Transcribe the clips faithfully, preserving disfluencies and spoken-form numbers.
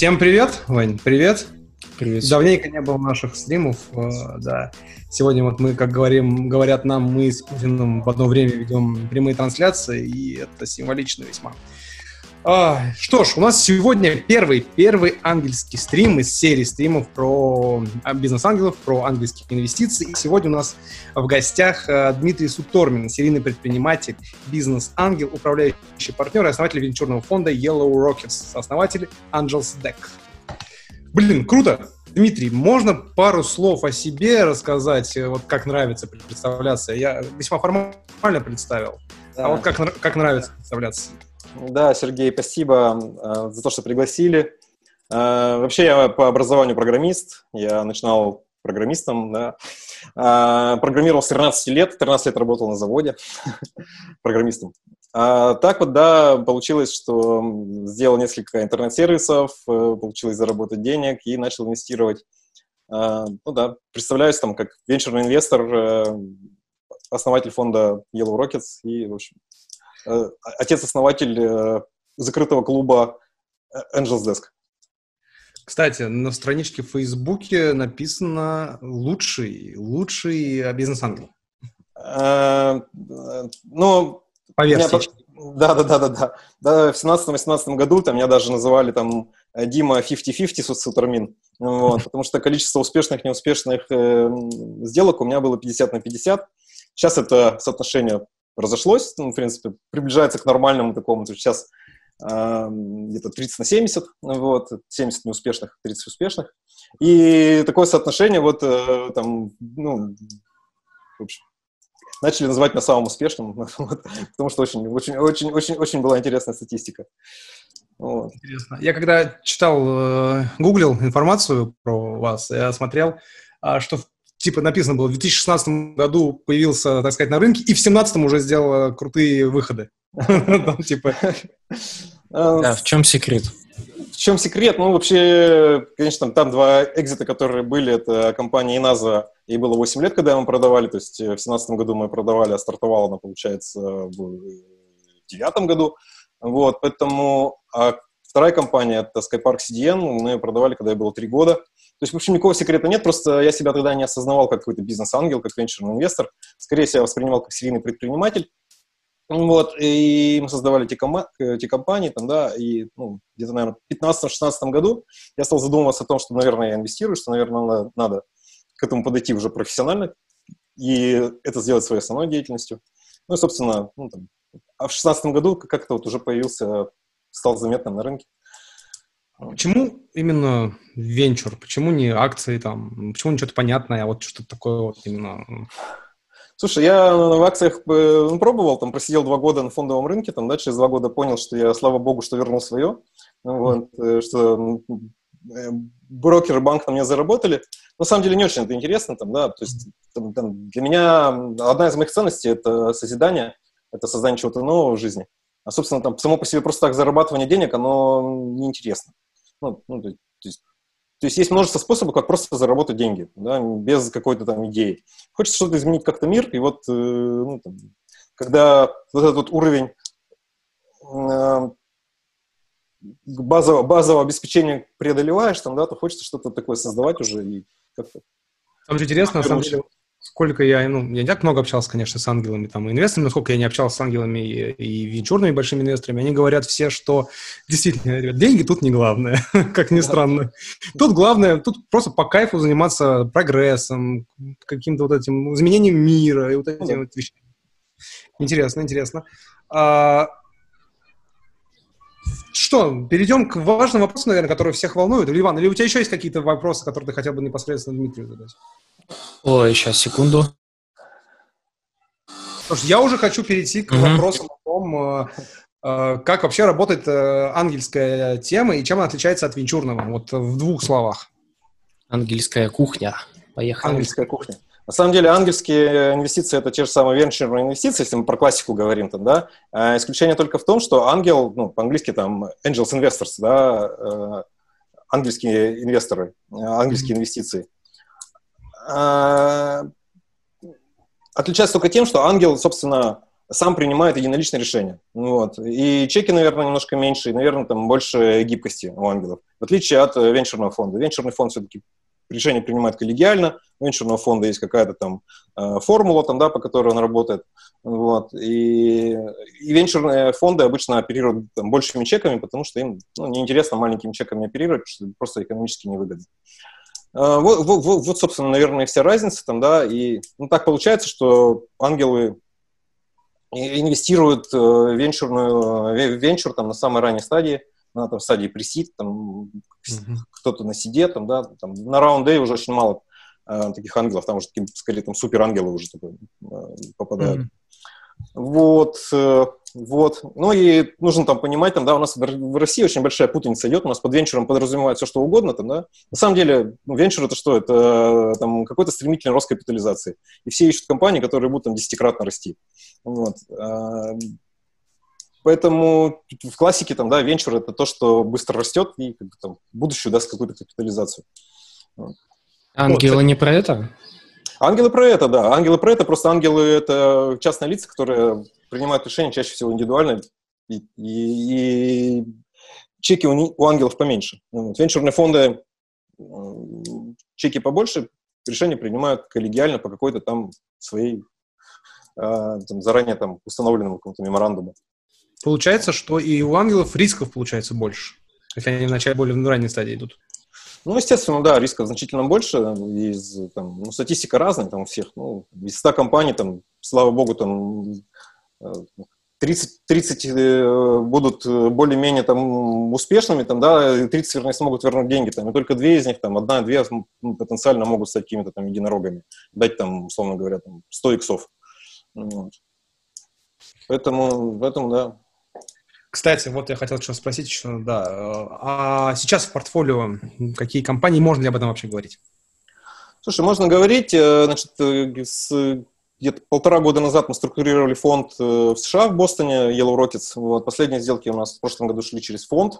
Всем привет, Вань, привет. Привет. Давненько не было наших стримов, э, да. Сегодня вот мы, как говорим, говорят нам, мы с Путиным в одно время ведем прямые трансляции, и это символично весьма. А, что ж, у нас сегодня первый, первый ангельский стрим из серии стримов про бизнес-ангелов, про ангельские инвестиции. И сегодня у нас в гостях Дмитрий Сутормин, серийный предприниматель, бизнес-ангел, управляющий партнер и основатель венчурного фонда Yellow Rockets, основатель Angels Deck. Блин, круто! Дмитрий, можно пару слов о себе рассказать, вот как нравится представляться? Я весьма формально представил, да. А вот как, как нравится представляться? Да, Сергей, спасибо э, за то, что пригласили. Э, вообще я по образованию программист, я начинал программистом, да. Э, программировал с тринадцати лет, тринадцать лет работал на заводе программистом. А так вот, да, получилось, что сделал несколько интернет-сервисов, э, получилось заработать денег и начал инвестировать. Э, ну да, представляюсь там как венчурный инвестор, э, основатель фонда Yellow Rockets и, в общем, отец-основатель э, закрытого клуба Angels Desk. Кстати, на страничке в Фейсбуке написано «Лучший, лучший бизнес-ангел». Э, ну, по версии. Да, да, да, да, да. Да, в семнадцатом-восемнадцатом году там меня даже называли там Дима пятьдесят на пятьдесят Сутормин, вот, потому что количество успешных и неуспешных э, сделок у меня было пятьдесят на пятьдесят. Сейчас это соотношение разошлось, ну, в принципе, приближается к нормальному такому. То есть сейчас э, где-то тридцать на семьдесят, вот, семьдесят неуспешных, тридцать успешных. И такое соотношение, вот, э, там, ну, в общем, начали называть меня самым успешным, вот, потому что очень, очень, очень, очень, очень была интересная статистика. Вот. Интересно. Я когда читал, э, гуглил информацию про вас, я смотрел, э, что типа написано было, в две тысячи шестнадцатом году появился, так сказать, на рынке, и в две тысячи семнадцатом уже сделал крутые выходы. В чем секрет? В чем секрет? Ну, вообще, конечно, там два экзита, которые были, это компания Иназа, ей было восемь лет, когда мы продавали, то есть в две тысячи семнадцатом году мы продавали, а стартовала она, получается, в две тысячи девятом году. Вот, поэтому... А вторая компания, это SkyPark си ди эн, мы ее продавали, когда ей было три года. То есть, в общем, никакого секрета нет, просто я себя тогда не осознавал как какой-то бизнес-ангел, как венчурный инвестор. Скорее себя воспринимал как серийный предприниматель. Вот, и мы создавали эти, кома- эти компании, там, да, и ну, где-то, наверное, в пятнадцатом-шестнадцатом году я стал задумываться о том, что, наверное, я инвестирую, что, наверное, надо, надо к этому подойти уже профессионально и это сделать своей основной деятельностью. Ну и, собственно, ну, там, а в шестнадцатом году как-то вот уже появился, стал заметным на рынке. Почему именно венчур? Почему не акции там? Почему не что-то понятное, а вот что-то такое вот именно? Слушай, я в акциях ну, пробовал, там просидел два года на фондовом рынке, там, да, через два года понял, что я, слава богу, что вернул свое, вот, mm-hmm. что брокер и банк на меня заработали. На самом деле не очень это интересно, там, да, то есть там, там, для меня одна из моих ценностей – это созидание, это создание чего-то нового в жизни. А, собственно, там само по себе просто так зарабатывание денег, оно неинтересно. Ну, ну, то есть, то есть есть множество способов, как просто заработать деньги, да, без какой-то там идеи. Хочется что-то изменить как-то мир, и вот, э, ну, там, когда вот этот вот уровень э, базового, базового обеспечения преодолеваешь, там, да, то хочется что-то такое создавать уже и как-то. Там же интересно, на самом деле, сколько я, ну, я не так много общался, конечно, с ангелами, там, и инвесторами, но сколько я не общался с ангелами и, и венчурными большими инвесторами, они говорят все, что действительно, ребят, деньги тут не главное, как ни странно. Тут главное, тут просто по кайфу заниматься прогрессом, каким-то вот этим изменением мира и вот этими вот вещами. Интересно, интересно. А, что, перейдем к важным вопросам, наверное, которые всех волнуют. Или, Иван, или у тебя еще есть какие-то вопросы, которые ты хотел бы непосредственно Дмитрию задать? Ой, сейчас, секунду. Потому что я уже хочу перейти к mm-hmm. вопросам о том, э, как вообще работает э, ангельская тема и чем она отличается от венчурного. Вот в двух словах. Ангельская кухня. Поехали. Ангельская кухня. На самом деле ангельские инвестиции – это те же самые венчурные инвестиции, если мы про классику говорим, там, да. А исключение только в том, что ангел, ну, по-английски там angels investors, да, э, ангельские инвесторы, ангельские mm-hmm. инвестиции. Отличается только тем, что ангел, собственно, сам принимает единоличное решение. Вот. И чеки, наверное, немножко меньше, и, наверное, там больше гибкости у ангелов. В отличие от венчурного фонда. Венчурный фонд все-таки решение принимает коллегиально, у венчурного фонда есть какая-то там э, формула, там, да, по которой он работает. Вот. И, и венчурные фонды обычно оперируют там, большими чеками, потому что им ну, неинтересно маленькими чеками оперировать, потому что это просто экономически невыгодно. Э, вот, вот, вот, собственно, наверное, вся разница. Там, да, и ну, так получается, что ангелы инвестируют в венчурную, венчур там, на самой ранней стадии, на там, стадии пресид, там, mm-hmm. кто-то на сиде, там, да, там, на раунд-дэй уже очень мало э, таких ангелов, там уже такие, скорее, там, супер-ангелы уже такой, э, попадают. Mm-hmm. Вот, э, вот. Ну и нужно там понимать, там, да, у нас в России очень большая путаница идет, у нас под венчуром подразумевают все, что угодно, там, да. На самом деле, ну, венчур это что? Это там какой-то стремительный рост капитализации. И все ищут компании, которые будут там десятикратно расти. Вот. Поэтому в классике там, да, венчур — это то, что быстро растет и как бы, там, в будущее даст какую-то капитализацию. Ангелы вот. Не про это? Ангелы про это, да. Ангелы про это, просто ангелы — это частные лица, которые принимают решения чаще всего индивидуально, и, и, и чеки у, у ангелов поменьше. Вот. Венчурные фонды, чеки побольше, решения принимают коллегиально по какой-то там своей там, заранее там, установленному какому-то меморандуму. Получается, что и у ангелов рисков получается больше, хотя они вначале более в ранней стадии идут. Ну, естественно, да, рисков значительно больше. Из, там, ну, статистика разная там у всех. Ну, из ста компаний, там, слава богу, там тридцать, тридцать будут более-менее там успешными, там, да, тридцать, вернее, смогут вернуть деньги, там, и только две из них, там, одна-две потенциально могут стать какими-то там единорогами, дать там, условно говоря, там, сто иксов. Вот. Поэтому, поэтому, да. Кстати, вот я хотел что спросить еще, да. А сейчас в портфолио какие компании, можно ли об этом вообще говорить? Слушай, можно говорить, значит, с, где-то полтора года назад мы структурировали фонд в США, в Бостоне, Yellow Rockets. Вот, последние сделки у нас в прошлом году шли через фонд.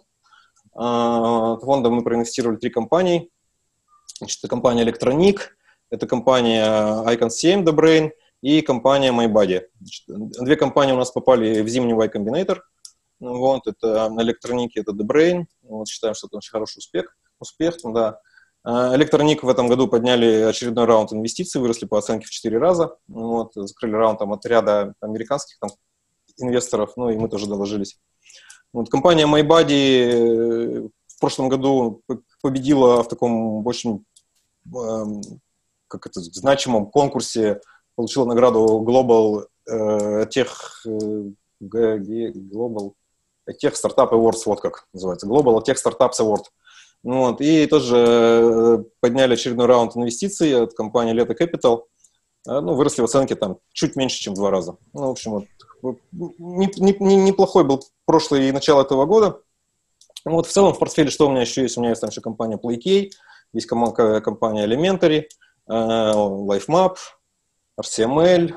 Фондом мы проинвестировали три компании. Значит, это компания Electronic, это компания Icon семь, The Brain и компания MyBody. Значит, две компании у нас попали в зимний Y Combinator. Вот, это Electronic, это The Brain. Вот, считаем, что это очень хороший успех. Успех, да. Electronic в этом году подняли очередной раунд инвестиций, выросли по оценке в четыре раза. Вот, закрыли раунд там, от ряда американских там, инвесторов, ну и мы тоже доложились. Вот, компания MyBody в прошлом году победила в таком очень э, как это, значимом конкурсе, получила награду Global э, Tech, э, Global Tech Startup Awards, вот как называется, Global Tech Startups Award. Вот, и тоже подняли очередной раунд инвестиций от компании Leta Capital. Ну, выросли в оценке там чуть меньше, чем в два раза. Ну, в общем, вот, не, не, неплохой был прошлый и начало этого года. Вот в целом в портфеле что у меня еще есть? У меня есть там еще компания PlayKey, есть компания Elementary, LifeMap, ар си эм эль,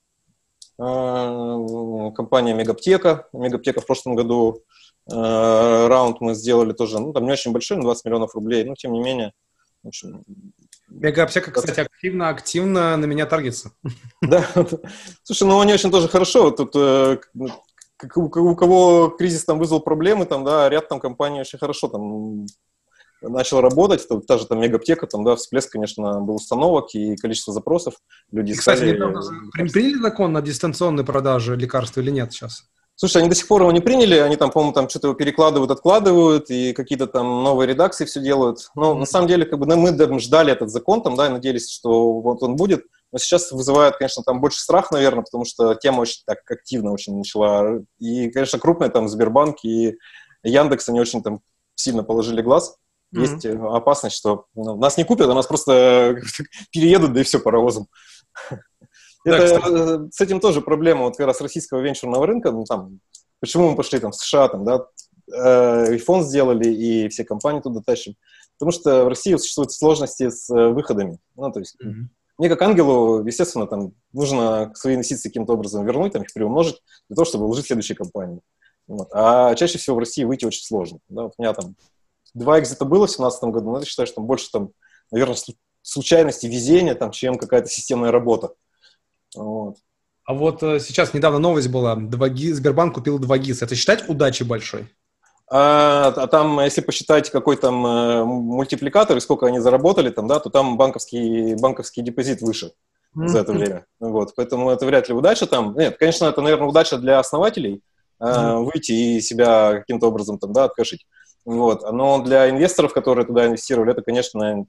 компания Мегаптека. Мегаптека в прошлом году раунд мы сделали тоже, ну, там не очень большой, на двадцать миллионов рублей, но тем не менее. В общем, Мегаптека, кстати, активно-активно на меня таргетится. Да. Слушай, ну они очень тоже хорошо. Тут у кого кризис там вызвал проблемы, там, да, ряд там компаний очень хорошо там начал работать, та же там Мегаптека, там, да, всплеск, конечно, был установок и количество запросов. Люди и, кстати, искали... приняли закон на дистанционной продаже лекарств или нет сейчас? Слушай, они до сих пор его не приняли, они там, по-моему, там что-то его перекладывают, откладывают, и какие-то там новые редакции все делают. Но mm-hmm. на самом деле, как бы, мы там ждали этот закон, там, да, и надеялись, что вот он будет. Но сейчас вызывает, конечно, там больше страх, наверное, потому что тема очень так активно очень начала. И, конечно, крупные там Сбербанк и Яндекс, они очень там сильно положили глаз. Mm-hmm. Есть опасность, что ну, нас не купят, а нас просто переедут, да и все, паровозом. Да, это, с этим тоже проблема вот как раз российского венчурного рынка. Ну, там, почему мы пошли там, в США, там, да, э, и фонд сделали, и все компании туда тащим. Потому что в России существуют сложности с э, выходами. Ну, то есть, mm-hmm. мне как ангелу, естественно, там, нужно свои инвестиции каким-то образом вернуть, там, их приумножить, для того, чтобы вложить в следующие компании. Вот. А чаще всего в России выйти очень сложно. Да? Вот у меня там два экзита было в две тысячи семнадцатом году, но я считаю, что там больше, там, наверное, случайности, везения, там, чем какая-то системная работа. Вот. А вот э, сейчас недавно новость была, два джи, Сбербанк купил два джи. Это считать удачей большой? А, а там, если посчитать какой там э, мультипликатор и сколько они заработали, там, да, то там банковский, банковский депозит выше mm-hmm. за это время. Вот, поэтому это вряд ли удача там. Нет, конечно, это, наверное, удача для основателей э, mm-hmm. выйти и себя каким-то образом там, да, откашить. Вот. Но для инвесторов, которые туда инвестировали, это, конечно,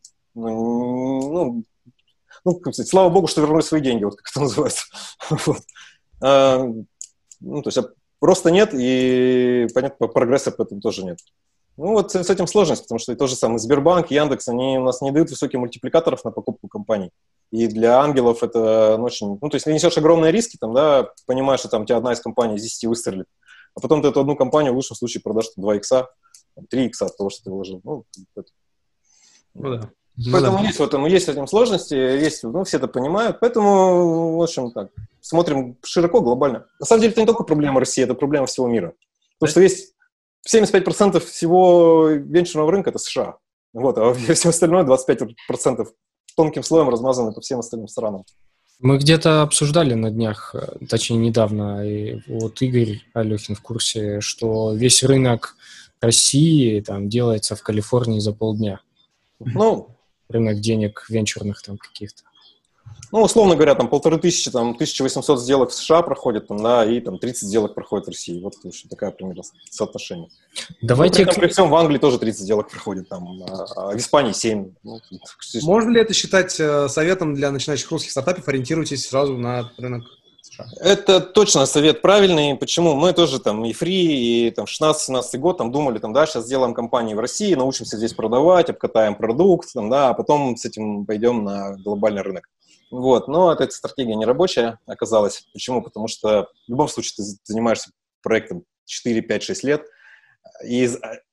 ну, ну как сказать, слава богу, что вернули свои деньги, вот как это называется. Вот. А, ну, то есть просто нет, и, понятно, прогресса по этому тоже нет. Ну, вот с этим сложность, потому что и то же самое Сбербанк, Яндекс, они у нас не дают высоких мультипликаторов на покупку компаний. И для ангелов это ну, очень... Ну, то есть ты несешь огромные риски, там, да, понимаешь, что там у тебя одна из компаний из десяти выстрелит, а потом ты эту одну компанию в лучшем случае продашь два икса, три икса от того, что ты вложил. Ну, это... ну да. Поэтому ну, да. есть в этом, есть в этом сложности, есть, ну, все это понимают, поэтому, в общем, так, смотрим широко, глобально. На самом деле это не только проблема России, это проблема всего мира. Потому да? что есть семьдесят пять процентов всего венчурного рынка – это США, вот, а все остальное, двадцать пять процентов тонким слоем размазано по всем остальным странам. Мы где-то обсуждали на днях, точнее недавно, и вот Игорь Алехин в курсе, что весь рынок России там делается в Калифорнии за полдня. Ну, рынок денег венчурных там каких-то. Ну, условно говоря, там полторы тысячи, там тысяча восемьсот сделок в США проходит, там, да, и там тридцать сделок проходит в России. Вот такая примерно соотношение. Давайте... Ну, при, при всем в Англии тоже тридцать сделок проходит, там, а в Испании семь. Ну, можно ли это считать э, советом для начинающих русских стартапов? Ориентируйтесь сразу на рынок США. Это точно совет правильный. Почему? Мы тоже там и фри, и там шестнадцатый-семнадцатый год там думали, там, да, сейчас сделаем компании в России, научимся здесь продавать, обкатаем продукт, там, да, а потом с этим пойдем на глобальный рынок. Вот, но эта стратегия не рабочая оказалась. Почему? Потому что в любом случае ты занимаешься проектом четыре, пять, шесть лет, и,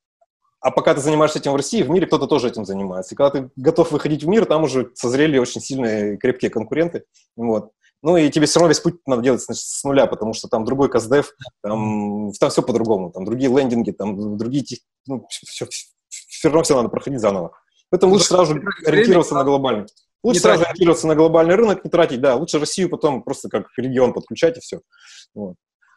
а пока ты занимаешься этим в России, в мире кто-то тоже этим занимается. И когда ты готов выходить в мир, там уже созрели очень сильные крепкие конкуренты. Вот. Ну и тебе все равно весь путь надо делать с нуля, потому что там другой каздев, там, там все по-другому, там другие лендинги, там другие, ну, все, все равно все надо проходить заново. Поэтому лучше сразу ориентироваться на глобальный. Лучше не сразу тратить. ориентироваться на глобальный рынок, не тратить, да, лучше Россию потом просто как регион подключать и все. Вот.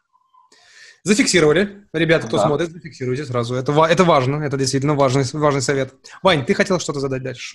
Зафиксировали. Ребята, кто да. смотрит, зафиксируйте сразу. Это, это важно, это действительно важный, важный совет. Вань, ты хотел что-то задать дальше?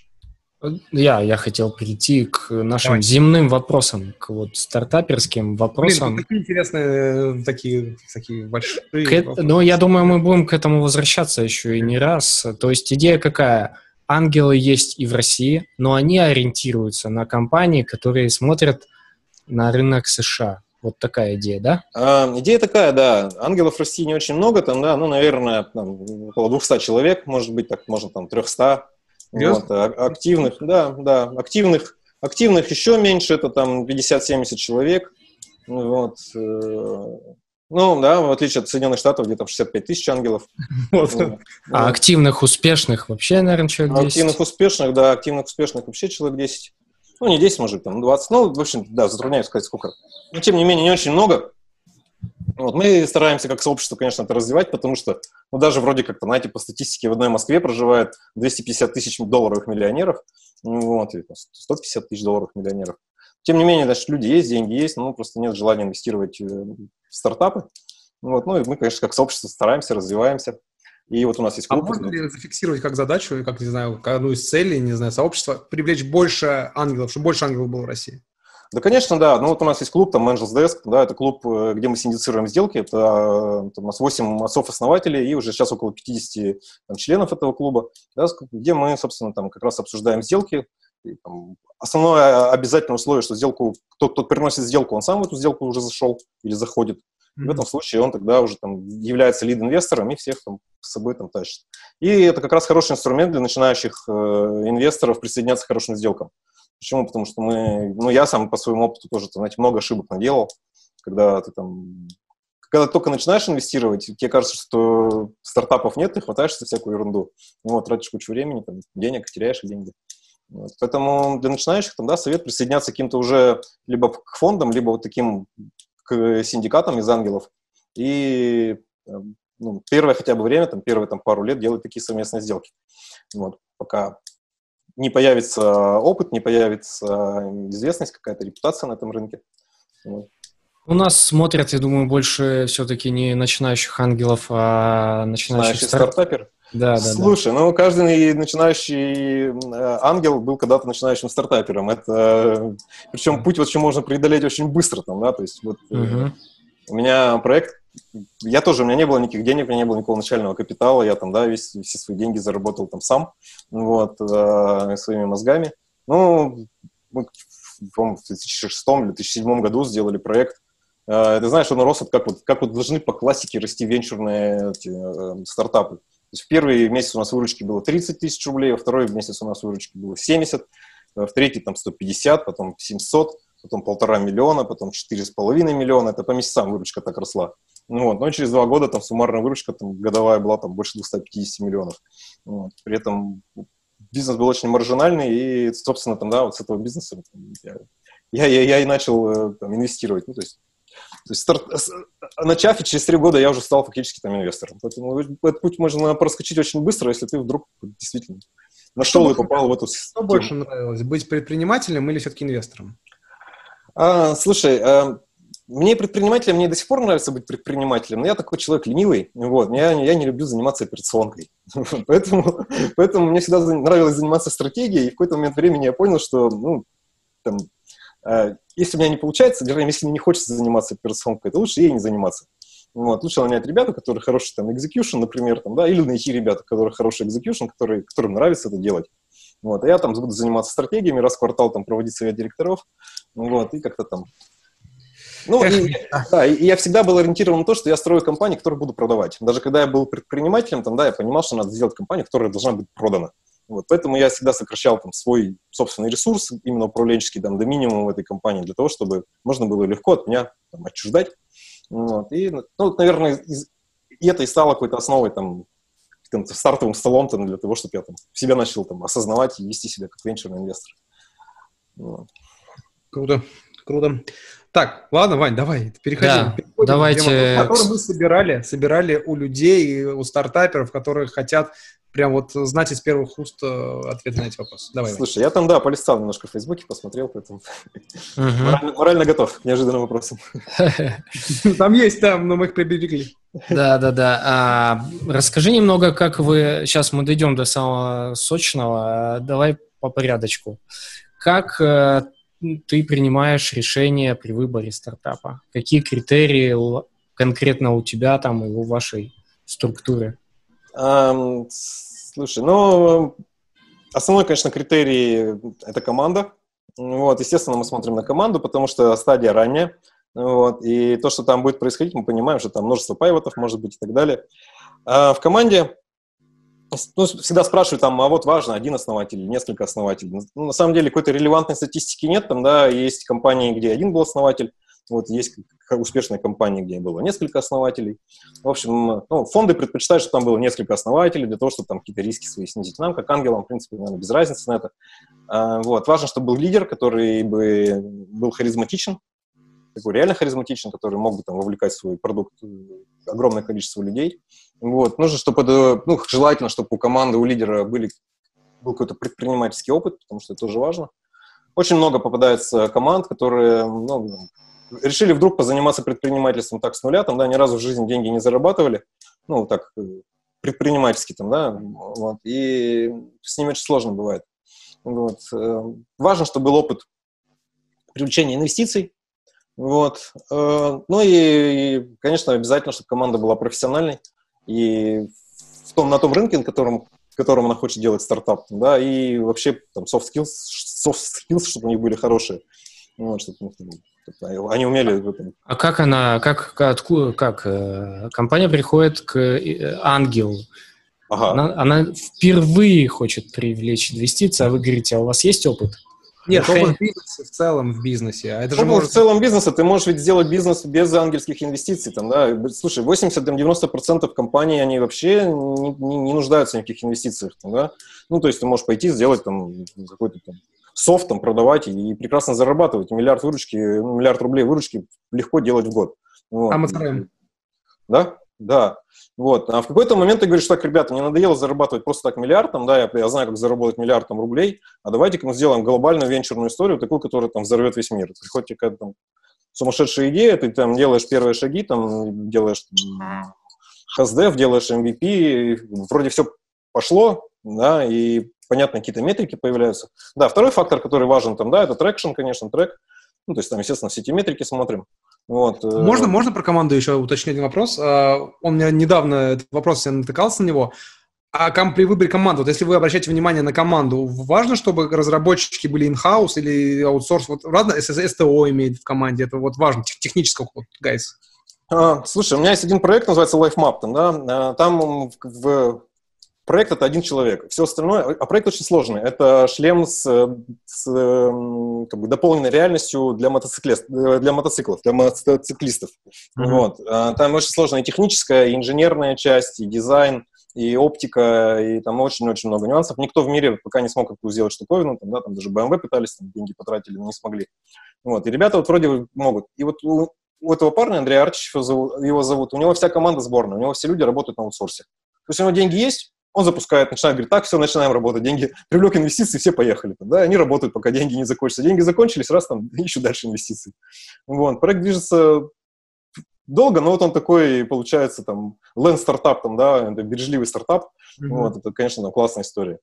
Я, я хотел перейти к нашим Давай. земным вопросам, к вот стартаперским вопросам. Блин, такие интересные, такие, такие большие. К, но я думаю, мы будем к этому возвращаться еще и не раз. То есть идея какая? Ангелы есть и в России, но они ориентируются на компании, которые смотрят на рынок США. Вот такая идея, да? А, идея такая, да. Ангелов в России не очень много, там, да, ну, наверное, там, около двухсот человек, может быть, так, можно там триста. Вот, а, активных, да, да, активных, активных еще меньше, это там пятьдесят-семьдесят человек. Вот. Ну, да, в отличие от Соединенных Штатов, где там шестьдесят пять тысяч ангелов. Вот. Вот. А активных, успешных вообще, наверное, человек десять? Активных, успешных, да, активных, успешных вообще человек десять. Ну, не десять, может, там двадцать. Ну, в общем, да, затрудняюсь сказать, сколько. Но, тем не менее, не очень много. Вот. Мы стараемся как сообщество, конечно, это развивать, потому что, ну, даже вроде как-то, знаете, по статистике в одной Москве проживает двести пятьдесят тысяч долларовых миллионеров, вот, и сто пятьдесят тысяч долларовых миллионеров. Тем не менее, значит, люди есть, деньги есть, но просто нет желания инвестировать в стартапы. Вот, ну, и мы, конечно, как сообщество стараемся, развиваемся. И вот у нас есть клуб. А можно ли зафиксировать как задачу, как, не знаю, как одну из целей, не знаю, сообщества, привлечь больше ангелов, чтобы больше ангелов было в России? Да, конечно, да. Ну, вот у нас есть клуб, там, Angels Desk, да, это клуб, где мы синдицируем сделки. Это там, у нас восемь отцов-основателей и уже сейчас около пятидесяти там, членов этого клуба, да, где мы, собственно, там как раз обсуждаем сделки. И, там, основное обязательное условие, что сделку, тот, кто приносит сделку, он сам в эту сделку уже зашел или заходит. Mm-hmm. В этом случае он тогда уже там, является лид-инвестором и всех там, с собой там, тащит. И это как раз хороший инструмент для начинающих э, инвесторов присоединяться к хорошим сделкам. Почему? Потому что мы, ну, я сам по своему опыту тоже, знаете, много ошибок наделал, когда ты там, когда ты только начинаешь инвестировать, тебе кажется, что стартапов нет, ты хватаешься за всякую ерунду, вот, тратишь кучу времени, там, денег, теряешь деньги. Вот. Поэтому для начинающих, там, да, совет присоединяться к каким-то уже либо к фондам, либо вот таким к синдикатам из ангелов. И ну, первое хотя бы время, там, первые там, пару лет делать такие совместные сделки. Вот. Пока не появится опыт, не появится известность, какая-то репутация на этом рынке. Вот. У нас смотрят, я думаю, больше все-таки не начинающих ангелов, а начинающих Начинающий стар... стартапер? Да, да, Слушай, да. ну каждый начинающий ангел был когда-то начинающим стартапером. Это, причем путь очень можно преодолеть очень быстро там, да, то есть вот угу. у меня проект, я тоже, у меня не было никаких денег, у меня не было никакого начального капитала, я там, да, весь, все свои деньги заработал там сам, вот, э, своими мозгами. Ну, мы, по-моему, в две тысячи шестом или две тысячи седьмом году сделали проект. Э, ты знаешь, он рос, как вот, как вот должны по классике расти венчурные эти, э, стартапы. То есть в первый месяц у нас выручки было тридцать тысяч рублей, во второй месяц у нас выручки было семьдесят, в третий там сто пятьдесят, потом семьсот, потом полтора миллиона, потом четыре с половиной миллиона. Это по месяцам выручка так росла. Ну, вот. Но через два года там суммарная выручка там, годовая была там, больше двухсот пятидесяти миллионов. Вот. При этом бизнес был очень маржинальный, и, собственно, там, да, вот с этого бизнеса я, я, я, я и начал там, инвестировать. Ну, то есть, то есть старт, начав, и через три года я уже стал фактически там инвестором. Поэтому этот путь можно проскочить очень быстро, если ты вдруг действительно нашел и попал в эту систему. Что больше нравилось, быть предпринимателем или все-таки инвестором? А, слушай, а, мне предпринимателем, мне до сих пор нравится быть предпринимателем, но я такой человек ленивый, вот, я, я не люблю заниматься операционкой, поэтому, поэтому мне всегда нравилось заниматься стратегией, и в какой-то момент времени я понял, что, ну, там, а, если у меня не получается, вернее, если мне не хочется заниматься операционкой, то лучше ей не заниматься. Вот, лучше нанять ребят, у которых хороший там экзекьюшн, например, там, да, или найти ребят, у которых хороший экзекьюшн, которые, которым нравится это делать. Вот, а я там буду заниматься стратегиями, раз в квартал там проводить совет директоров, вот, и как-то там... Ну, и, да, и я всегда был ориентирован на то, что я строю компанию, которую буду продавать. Даже когда я был предпринимателем, там, да, я понимал, что надо сделать компанию, которая должна быть продана. Вот, поэтому я всегда сокращал там свой собственный ресурс, именно управленческий, там, до минимума в этой компании, для того, чтобы можно было легко от меня там, отчуждать. Вот, и, ну, наверное, из, и это и стало какой-то основой, там, там, стартовым столом там, для того, чтобы я там, себя начал там, осознавать и вести себя как венчурный инвестор. Вот. Круто, круто. Так, ладно, Вань, давай, переходим. Да, давайте. Тему, которую мы собирали, собирали у людей, у стартаперов, которые хотят прям вот знать из первых уст ответ на эти вопросы. Давай, Слушай, Вань. Я там, да, полистал немножко в Фейсбуке, посмотрел, поэтому угу. морально, морально готов к неожиданным вопросам. Там есть, там, но мы их приберегли. Да, да, да. А, расскажи немного, как вы... Сейчас мы дойдем до самого сочного. Давай по порядочку. Как э, ты принимаешь решение при выборе стартапа? Какие критерии конкретно у тебя там и у вашей структуры? Um, слушай, ну, основной, конечно, критерий – это команда. Вот, естественно, мы смотрим на команду, потому что стадия ранняя. Вот, и то, что там будет происходить, мы понимаем, что там множество пайвотов, может быть, и так далее. А в команде ну, всегда спрашивают, там, а вот важно, один основатель или несколько основателей. Ну, на самом деле, какой-то релевантной статистики нет. Там, да, есть компании, где один был основатель, вот, есть успешные компании, где было несколько основателей. В общем, ну, фонды предпочитают, чтобы там было несколько основателей, для того, чтобы там какие-то риски свои снизить. Нам, как ангелам, в принципе, наверное, без разницы на это. А, вот. Важно, чтобы был лидер, который бы был харизматичен, такой реально харизматичен, который мог бы там вовлекать в свой продукт огромное количество людей. Вот. Нужно, чтобы это, ну, желательно, чтобы у команды, у лидера были, был какой-то предпринимательский опыт, потому что это тоже важно. Очень много попадается команд, которые, ну, решили вдруг позаниматься предпринимательством так с нуля, там, да, ни разу в жизни деньги не зарабатывали, ну, так, предпринимательски там, да, вот, и с ними очень сложно бывает. Вот. Важно, чтобы был опыт привлечения инвестиций, вот, ну и, и, конечно, обязательно, чтобы команда была профессиональной и в том, на том рынке, на котором, в котором она хочет делать стартап, да, и вообще там soft skills, soft skills, чтобы у них были хорошие, вот, чтобы ну, они умели в этом. А как она, как, откуда, как э, компания приходит к э, ангелу? Ага. Она, она впервые хочет привлечь инвестиции, а вы говорите, а у вас есть опыт? Нет, опыт в бизнесе, в целом в бизнесе. А это же может... В целом бизнеса ты можешь ведь сделать бизнес без ангельских инвестиций. Там, да? Слушай, восемьдесят-девяносто процентов компаний, они вообще не, не, не нуждаются в никаких инвестициях. Там, да? Ну, то есть ты можешь пойти сделать там, какой-то там софт, там, продавать и, и прекрасно зарабатывать. Миллиард выручки, ну, миллиард рублей выручки легко делать в год. Вот. А мы строим. Да? Да. Вот. А в какой-то момент ты говоришь, так, ребята, мне надоело зарабатывать просто так миллиард, там, да, я, я знаю, как заработать миллиард там, рублей, а давайте-ка мы сделаем глобальную венчурную историю, такую, которая там взорвет весь мир. Приходите к этому, сумасшедшая идея, ты там делаешь первые шаги, там делаешь хаздев, делаешь эм ви пи, вроде все пошло, да, и понятно, какие-то метрики появляются. Да, второй фактор, который важен там, да, это трекшн, конечно, трек. Ну, то есть там, естественно, все эти метрики смотрим. Вот. Можно, можно про команду еще уточнить один вопрос? Он у меня недавно, этот вопрос, я натыкался на него. А при выборе команды, вот если вы обращаете внимание на команду, важно, чтобы разработчики были in-house или аутсорс? Вот разное, эс тэ о имеет в команде, это вот важно, технического, вот, guys. А, слушай, у меня есть один проект, называется LifeMap, там, да, там в... Проект — это один человек. Все остальное... А проект очень сложный. Это шлем с, с как бы, дополненной реальностью для, мотоциклист, для мотоциклов, для мотоциклистов. Mm-hmm. Вот. Там очень сложная и техническая, и инженерная часть, и дизайн, и оптика, и там очень-очень много нюансов. Никто в мире пока не смог такую сделать штуковину. Там, да, там даже бэ эм вэ пытались, там, деньги потратили, но не смогли. Вот. И ребята вот вроде могут. И вот у, у этого парня, Андрей Арчич его зовут, у него вся команда сборная, у него все люди работают на аутсорсе. То есть у него деньги есть, он запускает, начинает говорить, так, все, начинаем работать, деньги, привлек инвестиции, все поехали. Да, они работают, пока деньги не закончатся. Деньги закончились, раз там, ищут дальше инвестиции. Вот. Проект движется долго, но вот он такой, получается, там, land стартап, там, да, это бережливый стартап. Mm-hmm. Вот, это, конечно, там, классная история.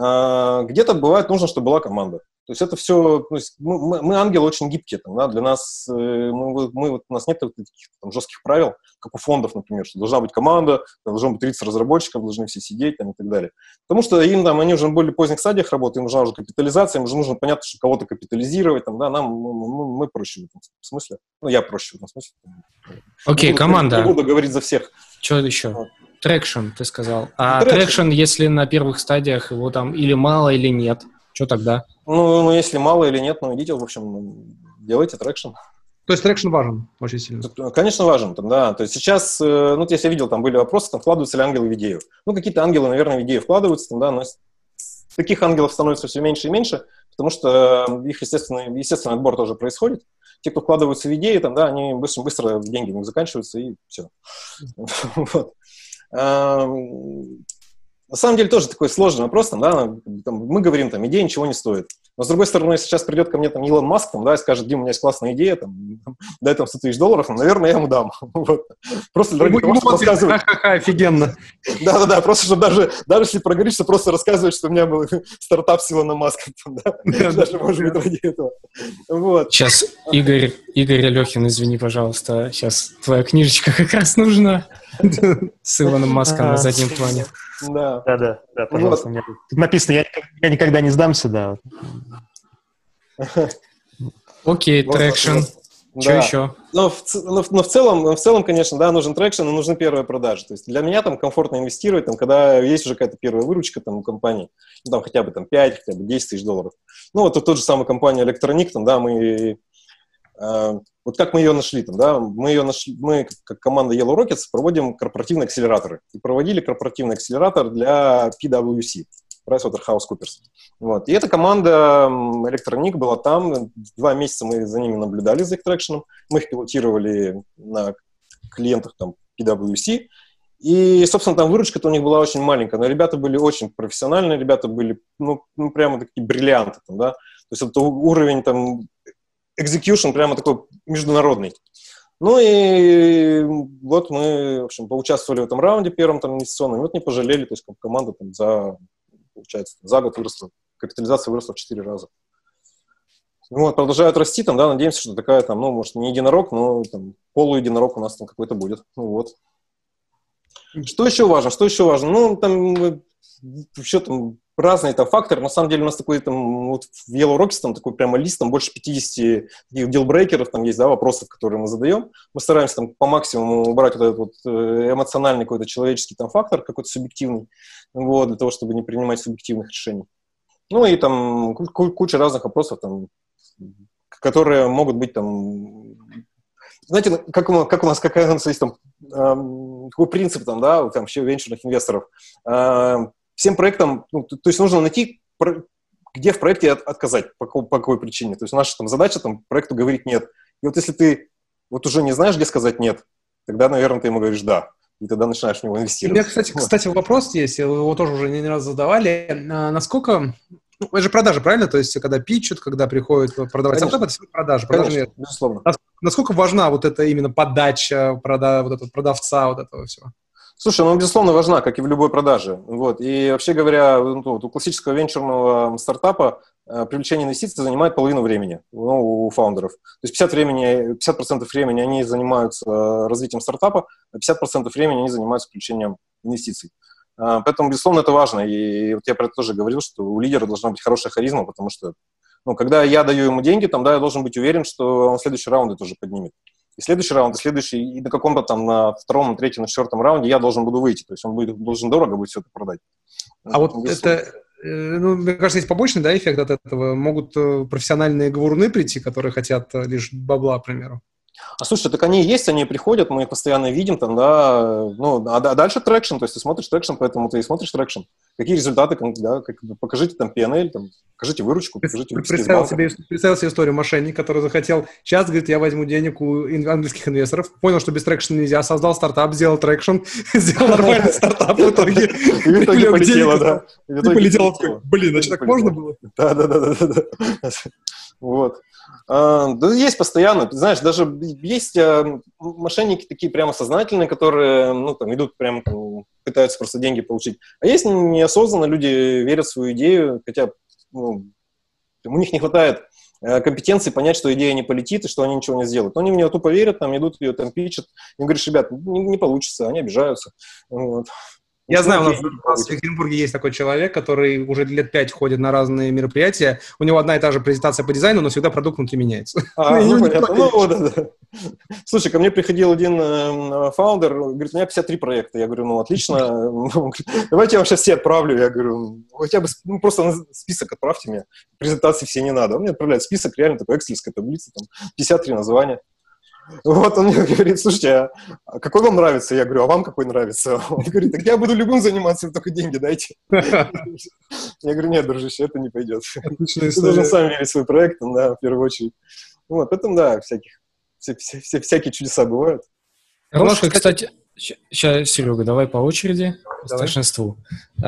А, где-то бывает нужно, чтобы была команда. То есть это все, то есть мы, мы, мы ангелы очень гибкие, там, да, для нас, мы, мы, вот, у нас нет таких там, жестких правил, как у фондов, например, что должна быть команда, должно быть тридцать разработчиков, должны все сидеть там, и так далее. Потому что им там, они уже на более поздних стадиях работают, им нужна уже капитализация, им уже нужно, понятно, что кого-то капитализировать, там, да, нам, мы, мы проще в этом смысле, ну, я проще в этом смысле. Окей, okay, команда. Не буду говорить за всех. Что еще? Вот. Трекшн, ты сказал. А трекшн, если на первых стадиях его там или мало, или нет, что тогда? Ну, ну, если мало или нет, ну, идите, в общем, делайте трекшн. То есть трекшн важен очень сильно? Конечно, важен, там, да. То есть сейчас, ну, я видел, там были вопросы, там, вкладываются ли ангелы в идею. Ну, какие-то ангелы, наверное, в идею вкладываются, там, да, но таких ангелов становится все меньше и меньше, потому что их, естественно, естественный отбор тоже происходит. Те, кто вкладываются в идеи, там, да, они быстро, быстро деньги у них заканчиваются, и все. Вот. На самом деле тоже такой сложный вопрос, там, да, там, мы говорим, там, идея ничего не стоит. Но, с другой стороны, если сейчас придет ко мне там Илон Маск, там, да, и скажет, Дим, у меня есть классная идея, там, дай там сто тысяч долларов, ну, наверное, я ему дам. Вот. Просто ради того, чтобы рассказывать. Ха-ха-ха, офигенно. Да-да-да, просто чтобы даже, даже если проговорить, что просто рассказывать, что у меня был стартап с Илоном Маском, да, даже, может быть, ради этого. Вот. Сейчас, Игорь, Игорь Алехин, извини, пожалуйста, сейчас твоя книжечка как раз нужна с Илоном Маском на заднем плане. Да, да, да, да, пожалуйста. Вот. Тут написано, я, я никогда не сдамся, да. Окей, трекшн. Что да. еще? Но, в, но, но в, целом, в целом, конечно, да, нужен трекшн, но нужны первые продажи. То есть для меня там комфортно инвестировать, там, когда есть уже какая-то первая выручка там, у компании, ну, там хотя бы там, пять, хотя бы десять тысяч долларов. Ну, вот тот же самый компания Electronic, там, да, мы... Э, вот как мы ее нашли, там, да, мы ее нашли, мы, как команда Yellow Rockets, проводим корпоративные акселераторы. И проводили корпоративный акселератор для пи дабл ю си, PricewaterhouseCoopers. Вот. И эта команда Electronic была там, два месяца мы за ними наблюдали, за их трекшеном, мы их пилотировали на клиентах там, пи дабл ю си, и, собственно, там выручка-то у них была очень маленькая, но ребята были очень профессиональные, ребята были, ну, ну прямо такие бриллианты, там, да, то есть это уровень, там, execution прямо такой международный. Ну и вот мы, в общем, поучаствовали в этом раунде первом там инвестиционном, и вот не пожалели, то есть команда там за, получается, за год выросла, капитализация выросла в четыре раза. Ну вот, продолжают расти, там, да, надеемся, что такая там, ну, может, не единорог, но там полуединорог у нас там какой-то будет. Ну вот. Что еще важно? Что еще важно? Ну, там еще там разные там факторы. На самом деле у нас такой там, вот в Yellow Rockets там такой прямо лист, там больше пятьдесят дилбрейкеров там есть, да, вопросов, которые мы задаем. Мы стараемся там по максимуму убрать вот этот вот эмоциональный какой-то человеческий там фактор, какой-то субъективный, вот, для того, чтобы не принимать субъективных решений. Ну и там куча разных вопросов, там, которые могут быть там... Знаете, как у, как у нас, какая у нас есть там, э, такой принцип там, да, там, еще венчурных инвесторов. Э, всем проектам, ну, то, то есть нужно найти, где в проекте от, отказать, по, по какой причине. То есть наша там задача там проекту говорить нет. И вот если ты вот уже не знаешь, где сказать нет, тогда, наверное, ты ему говоришь да. И тогда начинаешь в него инвестировать. У меня, кстати, кстати, вопрос есть, его тоже уже не раз задавали. А насколько Ну, это же продажи, правильно? То есть, когда питчат, когда приходят продавать стартап, это все продажи. продажи Конечно, безусловно. Насколько важна вот эта именно подача прода, вот этого продавца, вот этого всего? Слушай, ну, безусловно, важна, как и в любой продаже. Вот. И вообще говоря, ну, вот у классического венчурного стартапа э, привлечение инвестиций занимает половину времени, ну, у фаундеров. То есть пятьдесят процентов времени они занимаются развитием стартапа, а пятьдесят процентов времени они занимаются привлечением инвестиций. Э, поэтому, безусловно, это важно. И вот я про это тоже говорил, что у лидера должна быть хорошая харизма, потому что, ну, когда я даю ему деньги, там, да, я должен быть уверен, что он в следующий раунд тоже поднимет. И следующий раунд, и следующий, и на каком-то там на втором, на третьем, на четвертом раунде я должен буду выйти. То есть он будет, должен дорого будет все это продать. А вот это, ну, мне кажется, есть побочный, да, эффект от этого. Могут профессиональные говоруны прийти, которые хотят лишь бабла, к примеру. А слушай, так они есть, они приходят, мы их постоянно видим, там, да, ну, а, а дальше трекшн, то есть ты смотришь трекшн, поэтому ты и смотришь трекшн. Какие результаты, да, как, покажите там пи эн эл, там, покажите выручку, покажите выписки из банка. Себе, представил себе историю мошенник, который захотел, сейчас, говорит, я возьму денег у английских инвесторов, понял, что без трекшна нельзя, создал стартап, сделал трекшн, сделал нормальный стартап, в итоге и в итоге полетело, да. И полетело, блин, значит, так можно было? Да, да, да, да, да. Вот. А, да, есть постоянно. Ты знаешь, даже есть а, мошенники такие прямо сознательные, которые, ну, там, идут прямо, там, пытаются просто деньги получить. А есть неосознанно, люди верят в свою идею, хотя, ну, у них не хватает а, компетенции понять, что идея не полетит и что они ничего не сделают. Но они в нее тупо верят, там, идут ее там питчат. Им говоришь, ребят, не, не получится, они обижаются. Вот. Я знаю, у нас, у нас в Екатеринбурге есть такой человек, который уже лет пять ходит на разные мероприятия. У него одна и та же презентация по дизайну, но всегда продукт внутри меняется. А, ну, понятно. Ну, да, да. Слушай, ко мне приходил один э, фаундер, говорит, у меня пятьдесят три проекта. Я говорю, ну, отлично. Давайте я вам сейчас все отправлю. Я говорю, хотя бы ну, просто список отправьте мне. Презентации все не надо. Он мне отправляет список, реально такой экселевская таблица, там пятьдесят три названия. Вот он мне говорит, слушайте, а какой вам нравится? Я говорю, а вам какой нравится? Он говорит, так я буду любым заниматься, только деньги дайте. Я говорю, нет, дружище, это не пойдет. Ты должен сам верить в свой проект, да, в первую очередь. Вот, поэтому, да, всяких, вся, вся, вся, всякие чудеса бывают. Хорошо, кстати, сейчас, Серега, давай по очереди, по старшинству.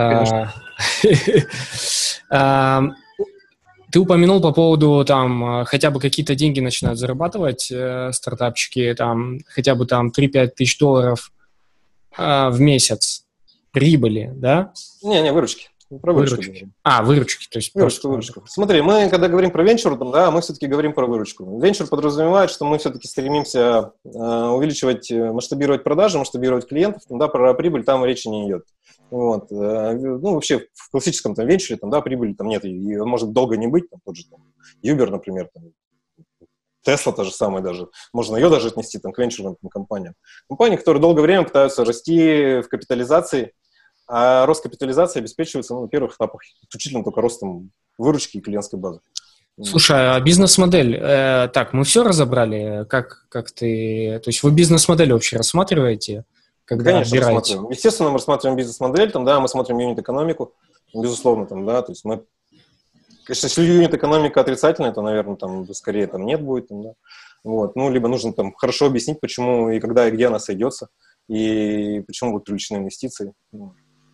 Ты упомянул по поводу, там, хотя бы какие-то деньги начинают зарабатывать э, стартапчики, там, хотя бы там три-пять тысяч долларов э, в месяц прибыли, да? Не-не, выручки. Про выручку. Выручки. А, выручки. То есть выручку, просто... выручку. Смотри, мы, когда говорим про венчур, там, да, мы все-таки говорим про выручку. Венчур подразумевает, что мы все-таки стремимся э, увеличивать, масштабировать продажи, масштабировать клиентов, там, да, про прибыль там речи не идет. Вот. Ну, вообще, в классическом там венчуре, там, да, прибыли там нет, и может долго не быть, там, тот же там, Uber, например, там, Tesla та же самая даже, можно ее даже отнести там, к венчурным там, компаниям. Компании, которые долгое время пытаются расти в капитализации, а рост капитализации обеспечивается ну, на первых этапах исключительно только ростом выручки и клиентской базы. Слушай, а бизнес-модель, э, так, мы все разобрали, как, как ты, то есть вы бизнес-модель вообще рассматриваете? Когда Конечно, отбираете? рассматриваем. Естественно, мы рассматриваем бизнес-модель, там, да, мы смотрим юнит-экономику, безусловно, там, да, то есть мы, конечно, если юнит-экономика отрицательная, то, наверное, там, скорее, там, нет будет, там, да, вот, ну, либо нужно, там, хорошо объяснить, почему и когда, и где она сойдется, и почему будут привлечены инвестиции. Ну,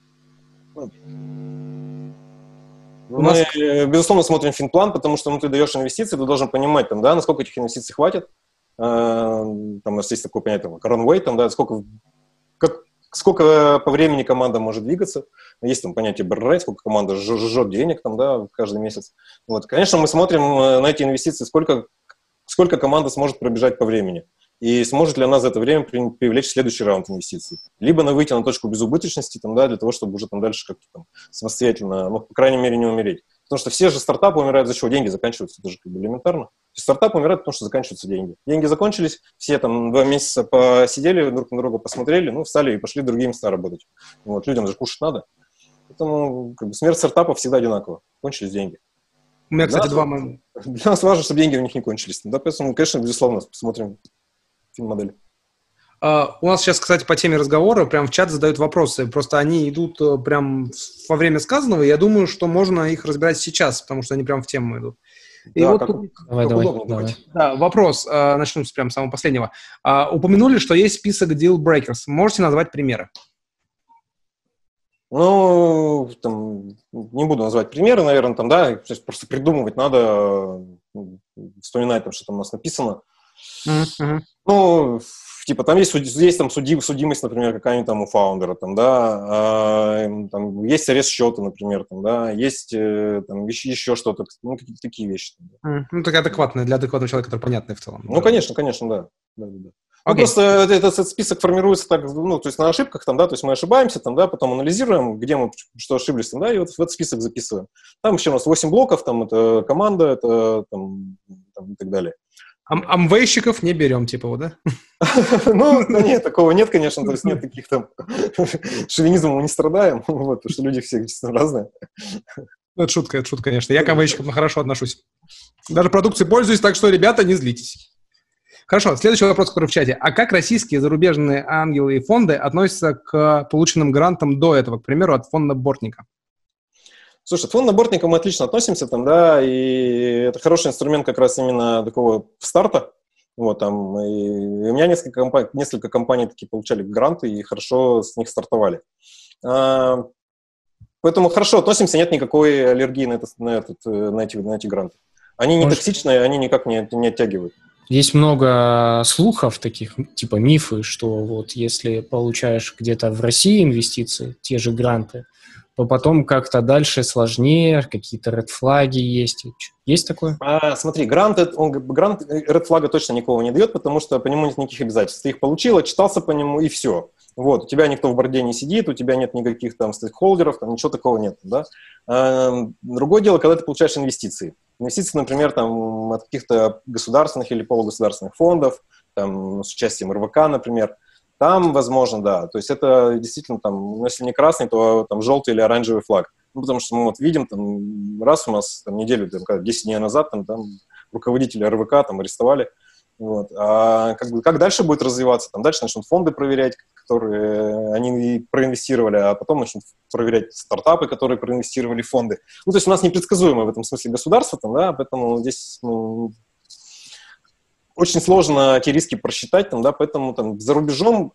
мы, нас... безусловно, смотрим финплан, потому что, ну, ты даешь инвестиции, ты должен понимать, там, да, насколько этих инвестиций хватит, там, у нас есть такое понятие, там, runway, там, да, сколько Как, сколько по времени команда может двигаться. Есть там понятие burn rate, сколько команда жжет денег там, да, каждый месяц. Вот. Конечно, мы смотрим на эти инвестиции, сколько, сколько команда сможет пробежать по времени. И сможет ли она за это время привлечь следующий раунд инвестиций. Либо на выйти на точку безубыточности, там, да, для того, чтобы уже там дальше как-то там самостоятельно, ну, по крайней мере, не умереть. Потому что все же стартапы умирают за чего? Деньги заканчиваются, это же как бы элементарно. Стартап умирает, потому что заканчиваются деньги. Деньги закончились, все там два месяца посидели, друг на друга посмотрели, ну, встали и пошли другие места работать. Вот, людям же кушать надо. Поэтому как бы, смерть стартапов всегда одинакова. Кончились деньги. У меня, кстати, для два... Нас, для нас важно, чтобы деньги у них не кончились. Да, поэтому, конечно, безусловно, посмотрим фин-модель. Uh, у нас сейчас, кстати, по теме разговора прям в чат задают вопросы. Просто они идут uh, прям во время сказанного, и я думаю, что можно их разбирать сейчас, потому что они прям в тему идут. И да, вот как, тут, давай, как давай, удобно, давай. Да, вопрос. Uh, начну с прям самого последнего. Uh, упомянули, что есть список deal breakers. Можете назвать примеры? Ну, там, не буду назвать примеры, наверное, там, да, просто придумывать надо, вспоминать, там, что там у нас написано. Mm-hmm. Ну, типа, там есть, есть там судим, судимость, например, какая-нибудь там у фаундера, там, да, а, там, есть арест счета, например, там, да, есть там, еще, еще что-то, ну, какие-то такие вещи. Mm-hmm. Ну, такая адекватная, для адекватного человека, который понятный в целом. Ну, да. конечно, конечно, да. да, да, да. Ну, okay. просто этот, этот список формируется так, ну, то есть на ошибках, там, да, то есть мы ошибаемся, там, да, потом анализируем, где мы, что ошиблись, там, да, и вот в этот список записываем. Там еще у нас восемь блоков, там, это команда, это, там, там и так далее. Ам- амвейщиков не берем, типа, вот, да? Ну, нет, такого нет, конечно, то есть нет таких там шовинизмом мы не страдаем, вот, потому что люди все разные. Это шутка, это шутка, конечно. Я к амвейщикам хорошо отношусь. Даже продукцией пользуюсь, так что, ребята, не злитесь. Хорошо, следующий вопрос, который в чате. А как российские зарубежные ангелы и фонды относятся к полученным грантам до этого, к примеру, от фонда Бортника? Слушай, от фонда Бортника мы отлично относимся, там, да, и это хороший инструмент как раз именно такого старта. Вот, там, и у меня несколько компаний, несколько компаний такие получали гранты и хорошо с них стартовали. А, поэтому хорошо относимся, нет никакой аллергии на, это, на, этот, на, эти, на эти гранты. Они не Может... токсичные, они никак не, не оттягивают. Есть много слухов таких, типа мифы, что вот если получаешь где-то в России инвестиции, те же гранты, то потом как-то дальше сложнее, какие-то редфлаги есть. Есть такое? А, смотри, грант, он, грант редфлага точно никого не дает, потому что по нему нет никаких обязательств. Ты их получил, отчитался по нему, и все. Вот, у тебя никто в борде не сидит, у тебя нет никаких там стейкхолдеров, там ничего такого нет. Да? А, другое дело, когда ты получаешь инвестиции. Инвестиции, например, там, от каких-то государственных или полугосударственных фондов, там, с участием эр вэ ка, например. Там, возможно, да. То есть это действительно, там, если не красный, то там желтый или оранжевый флаг. Ну, потому что мы вот видим, там, раз у нас там, неделю, там, десять дней назад там, там, руководителя эр вэ ка там, арестовали. Вот. А как, бы, как дальше будет развиваться? Там дальше начнут фонды проверять, которые они проинвестировали, а потом начнут проверять стартапы, которые проинвестировали в фонды. Ну, то есть у нас непредсказуемое в этом смысле государство, там, да, поэтому здесь ну, очень сложно эти риски просчитать, там, да, поэтому там, за рубежом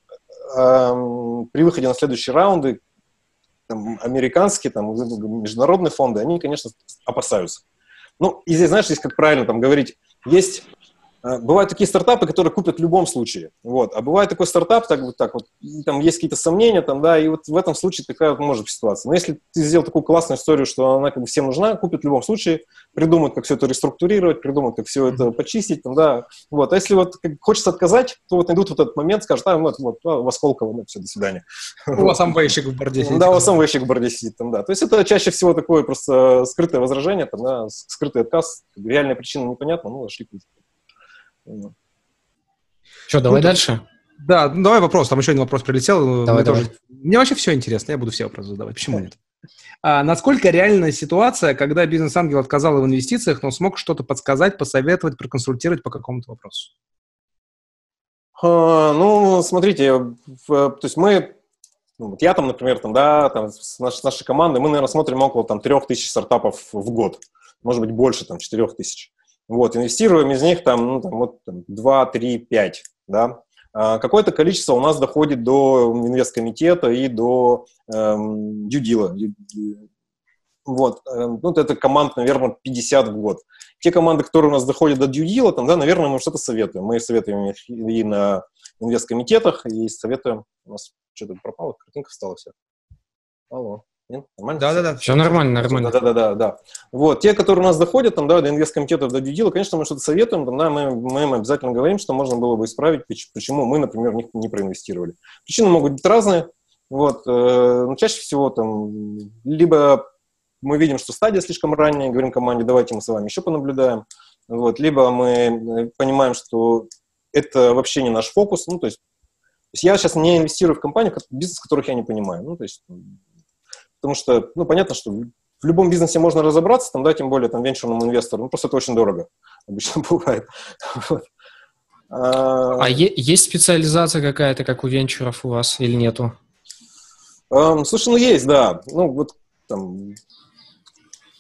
э, при выходе на следующие раунды там, американские, там, международные фонды, они, конечно, опасаются. Ну, и здесь, знаешь, здесь как правильно там говорить, есть... Бывают такие стартапы, которые купят в любом случае, вот. А бывает такой стартап, так вот, так вот, там есть какие-то сомнения, там, да, и вот в этом случае такая вот может быть ситуация. Но если ты сделал такую классную историю, что она как бы всем нужна, купят в любом случае, придумают, как все это реструктурировать, придумают, как все это почистить, там, да, вот. А если вот как, хочется отказать, то вот найдут вот этот момент, скажут, а, вот, вот, а, у вас Сколково, ну, все, до свидания. У вас амвейщик в борде сидит. Да, у вас амвейщик в борде сидит, там, да. То есть это чаще всего такое просто скрытое возражение, там, да, скрытый отказ, реальная причина непонятна, ну, зашли. Что, давай ну, дальше? Да, ну, давай вопрос. Там еще один вопрос прилетел. Давай, мне, давай. Тоже... мне вообще все интересно. Я буду все вопросы задавать. Почему нет? А, насколько реальна ситуация, когда бизнес-ангел отказал в инвестициях, но смог что-то подсказать, посоветовать, проконсультировать по какому-то вопросу? А, ну, смотрите, в, то есть мы, ну, вот я там, например, там, да, там, с наш, нашей командой, мы, наверное, смотрим около там трех тысяч стартапов в год. Может быть, больше, там, четырех тысяч. Вот, инвестируем из них там, ну, там, вот, там, два, три, пять, да. А какое-то количество у нас доходит до инвесткомитета и до эм, дьюдила. Вот, ну, это команд, наверное, пятьдесят в год. Те команды, которые у нас доходят до дьюдила, там, да, наверное, мы что-то советуем. Мы советуем их и на инвесткомитетах, и советуем. У нас что-то пропало, картинка встала вся. Алло. Нет? Нормально? Да-да-да. Все нормально, нормально. Да-да-да. да. Вот, те, которые у нас доходят, там, да, до инвесткомитетов, до дьюдила, конечно, мы что-то советуем, там, да, мы, мы им обязательно говорим, что можно было бы исправить, почему мы, например, в них не проинвестировали. Причины могут быть разные, вот, э, но чаще всего, там, либо мы видим, что стадия слишком ранняя, говорим команде, давайте мы с вами еще понаблюдаем, вот, либо мы понимаем, что это вообще не наш фокус, ну, то есть, то есть я сейчас не инвестирую в компании, бизнес которых я не понимаю, ну, то есть... Потому что, ну, понятно, что в любом бизнесе можно разобраться, там, да, тем более там венчурному инвестору, ну, просто это очень дорого обычно бывает. Вот. А, а е- есть специализация какая-то, как у венчуров у вас, или нету? А, слушай, ну, есть, да. Ну, вот там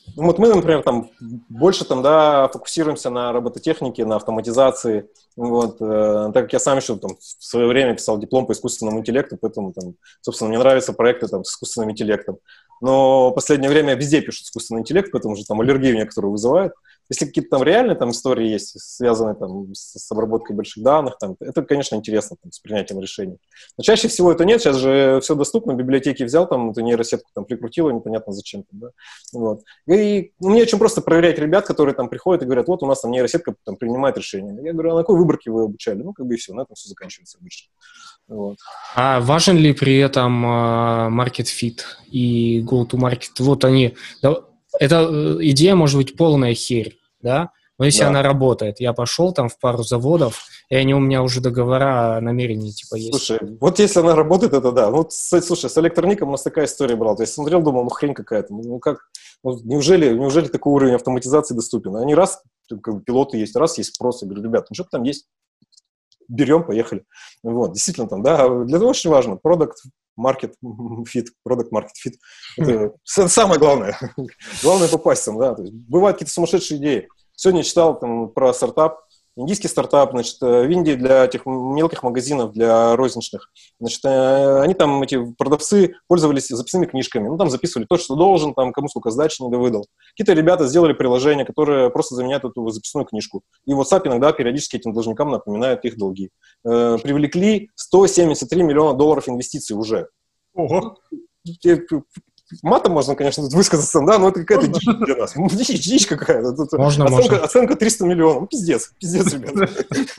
Ну, вот мы, например, там больше там, да, фокусируемся на робототехнике, на автоматизации. Вот, э, так как я сам еще там, в свое время писал диплом по искусственному интеллекту, поэтому, там, собственно, мне нравятся проекты там, с искусственным интеллектом. Но в последнее время везде пишут искусственный интеллект, поэтому же там аллергию некоторую вызывает. Если какие-то там реальные там, истории есть, связанные там, с, с обработкой больших данных, там, это, конечно, интересно там, с принятием решений. Но чаще всего это нет. Сейчас же все доступно. В библиотеке взял, там, эту нейросетку там, прикрутил, непонятно зачем. Там, да? Вот. И ну, мне очень просто проверять ребят, которые там приходят и говорят, вот у нас там нейросетка там, принимает решение. Я говорю, а на какой выборке вы обучали? Ну, как бы и все, на этом все заканчивается обычно. Вот. А важен ли при этом market fit и go-to-market? Вот они... Эта идея может быть полная херь, да? Но если да. она работает, я пошел там в пару заводов, и они у меня уже договора о намерении типа есть. Слушай, вот если она работает, это да. Вот, слушай, с электроником у нас такая история была. То есть смотрел, думал, ну хрень какая-то. Ну как, ну, неужели, неужели такой уровень автоматизации доступен? Они раз, как бы, пилоты есть, раз есть спрос. Я говорю, ребят, ну что там есть? Берем, поехали. Вот, действительно там, да. Для этого очень важно. Продукт, market fit, product market fit. Это самое главное. Главное попасть там, да. То есть, бывают какие-то сумасшедшие идеи. Сегодня читал там, про стартап, индийский стартап, значит, в Индии для этих мелких магазинов, для розничных. Значит, они там, эти продавцы, пользовались записными книжками. Ну, там записывали то, что должен, там, кому сколько сдачи не довыдал. Какие-то ребята сделали приложение, которое просто заменяет эту записную книжку. И WhatsApp иногда периодически этим должникам напоминает их долги. Э, привлекли сто семьдесят три миллиона долларов инвестиций уже. Ого! Матом можно, конечно, тут высказаться, да, но это какая-то дичь для нас. Дичь, дичь какая-то. Тут можно, оценка, можно. Оценка триста миллионов. Ну, пиздец, пиздец, ребята.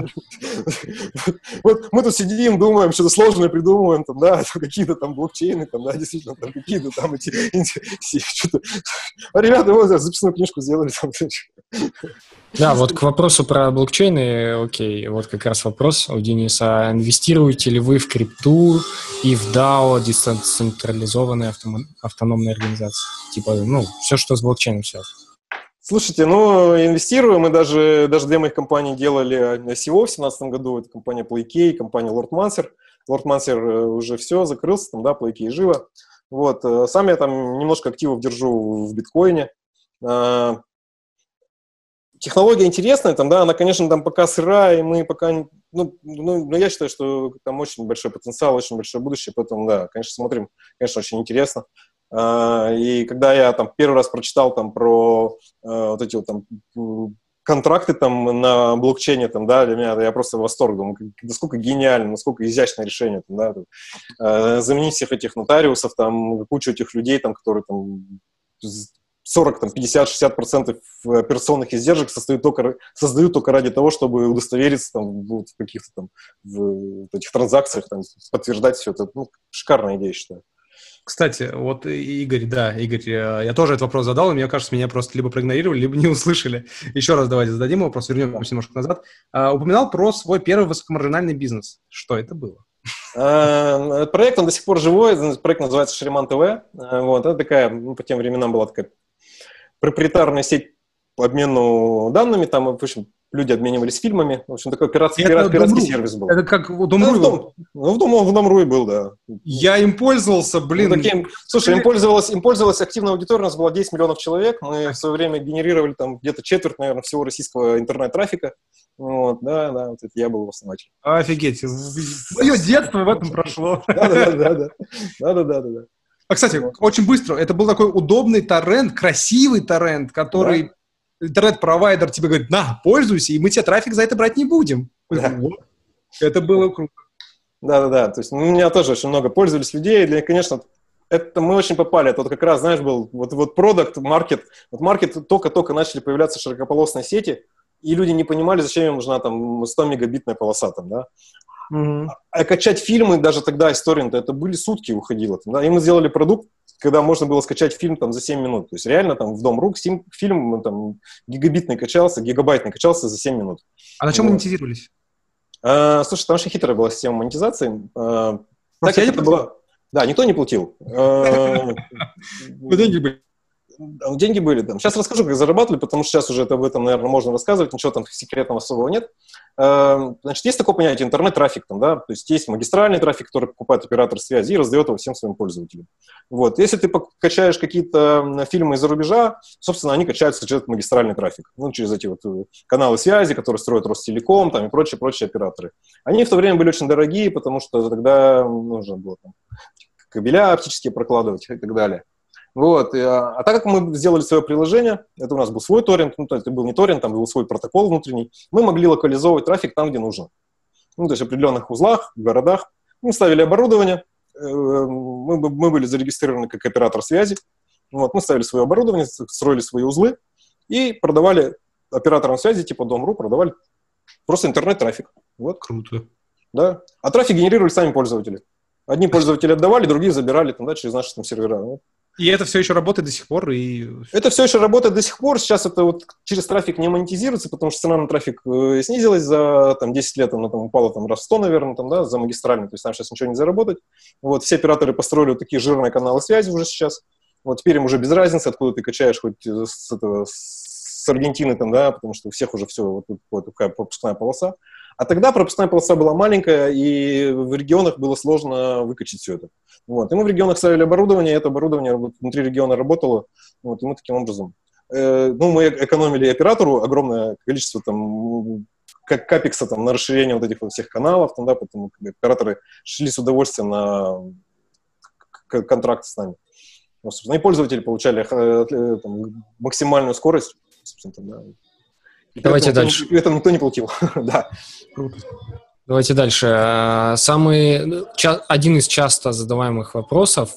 Вот мы тут сидим, думаем, что-то сложное придумываем, там, да, какие-то там блокчейны, там, да, действительно, там какие-то там эти, что-то. А ребята вот записную книжку сделали там. Да, вот к вопросу про блокчейны, окей, вот как раз вопрос у Дениса. Инвестируете ли вы в крипту и в дао, децентрализованные автом- автономные организации? Типа, ну, все, что с блокчейном связано. Слушайте, ну, инвестируем, мы даже, даже две моих компании делали ай си о в две тысячи семнадцатом году, это компания PlayKey, компания LordMancer. LordMancer уже все, закрылся, там, да, PlayKey живо. Вот, сам я там немножко активов держу в биткоине. Технология интересная, там, да, она, конечно, там пока сырая, и мы пока, ну, ну, ну, я считаю, что там очень большой потенциал, очень большое будущее, поэтому, да, конечно, смотрим, конечно, очень интересно. И когда я там первый раз прочитал там про вот эти вот там контракты там на блокчейне, там, да, для меня, я просто в восторге, думаю, насколько гениально, насколько изящное решение, там, да, там, заменить всех этих нотариусов, там, кучу этих людей, там, которые там сорок, там, пятьдесят, шестьдесят процентов операционных издержек создают только, создают только ради того, чтобы удостовериться там, в каких-то там в этих транзакциях, там, подтверждать все это. Ну, шикарная идея, считаю. Кстати, вот Игорь, да, Игорь, я тоже этот вопрос задал, и мне кажется, меня просто либо проигнорировали, либо не услышали. Еще раз давайте зададим вопрос, вернемся немножко назад. А, упоминал про свой первый высокомаржинальный бизнес. Что это было? А, проект, он до сих пор живой, проект называется Шриман ТВ. Вот, это такая, ну, по тем временам была такая проприетарная сеть по обмену данными, там, в общем, люди обменивались фильмами. В общем, такой пиратский, пират, пиратский сервис был. Это как у Дом.ру ну, был? Ну, в Дом.ру в Дом.ру и был, да. Я им пользовался, блин. Ну, таким... Слушай, им пользовалась, им пользовалась активная аудитория, у нас было десять миллионов человек. Мы в свое время генерировали там где-то четверть, наверное, всего российского интернет-трафика. Вот, да, да, вот это я был основатель. Офигеть. Мое детство в этом прошло. Да-да-да. Да-да-да. А, кстати, очень быстро. Это был такой удобный торрент, красивый торрент, который... Да. Интернет-провайдер тебе говорит, на, пользуйся, и мы тебе трафик за это брать не будем. Да. Это было круто. Да-да-да, то есть ну, у меня тоже очень много пользовались людей, и, конечно, это мы очень попали, это вот как раз, знаешь, был вот, вот продукт, маркет, вот маркет только-только начали появляться широкополосные сети, и люди не понимали, зачем им нужна там сто мегабитная полоса там, да. Mm-hmm. А качать фильмы даже тогда история, это были сутки уходило, там, да, и мы сделали продукт, когда можно было скачать фильм там за семь минут. То есть реально там в Дом.ру фильм там гигабитный качался, гигабайтный качался за семь минут. А на чем вот. монетизировались? А, слушай, там очень хитрая была система монетизации. А, так как это было... Да, никто не платил. Деньги были. деньги были, да. Сейчас расскажу, как зарабатывали, потому что сейчас уже об этом, наверное, можно рассказывать, ничего там секретного особого нет. Значит, есть такое понятие интернет-трафик, там, да, то есть есть магистральный трафик, который покупает оператор связи и раздает его всем своим пользователям. Вот. Если ты качаешь какие-то фильмы из-за рубежа, собственно, они качаются через этот магистральный трафик, ну, через эти вот каналы связи, которые строят Ростелеком, там, и прочие-прочие операторы. Они в то время были очень дорогие, потому что тогда нужно было там кабеля оптические прокладывать и так далее. Вот. А, а так как мы сделали свое приложение, это у нас был свой торрент, ну, то есть это был не торрент, там был свой протокол внутренний, мы могли локализовывать трафик там, где нужно. Ну, то есть в определенных узлах, в городах. Мы ставили оборудование, мы, мы были зарегистрированы как оператор связи, вот, мы ставили свое оборудование, строили свои узлы и продавали операторам связи, типа Дом.ру, продавали просто интернет-трафик. Вот. Круто. Да. А трафик генерировали сами пользователи. Одни пользователи отдавали, другие забирали там, да, через наши там, сервера. И это все еще работает до сих пор? И... Это все еще работает до сих пор. Сейчас это вот через трафик не монетизируется, потому что цена на трафик э, снизилась за там, десять лет, она там, упала там, раз в сто, наверное, там, да, за магистральный. То есть там сейчас ничего не заработать. Вот, все операторы построили вот такие жирные каналы связи уже сейчас. Вот теперь им уже без разницы, откуда ты качаешь, хоть с, этого, с Аргентины, там, да, потому что у всех уже все, вот, вот такая пропускная полоса. А тогда пропускная полоса была маленькая, и в регионах было сложно выкачать все это. Вот. И мы в регионах ставили оборудование, и это оборудование внутри региона работало, вот, и мы таким образом... Э, ну, мы экономили оператору огромное количество там, как капекса там, на расширение вот этих вот всех каналов, там, да, потому как операторы шли с удовольствием на контракт с нами. Ну, собственно, и пользователи получали э, там, максимальную скорость, собственно, там, да. И Давайте это, дальше. Это никто не платил. Да. Круто. Давайте дальше. Самый, один из часто задаваемых вопросов.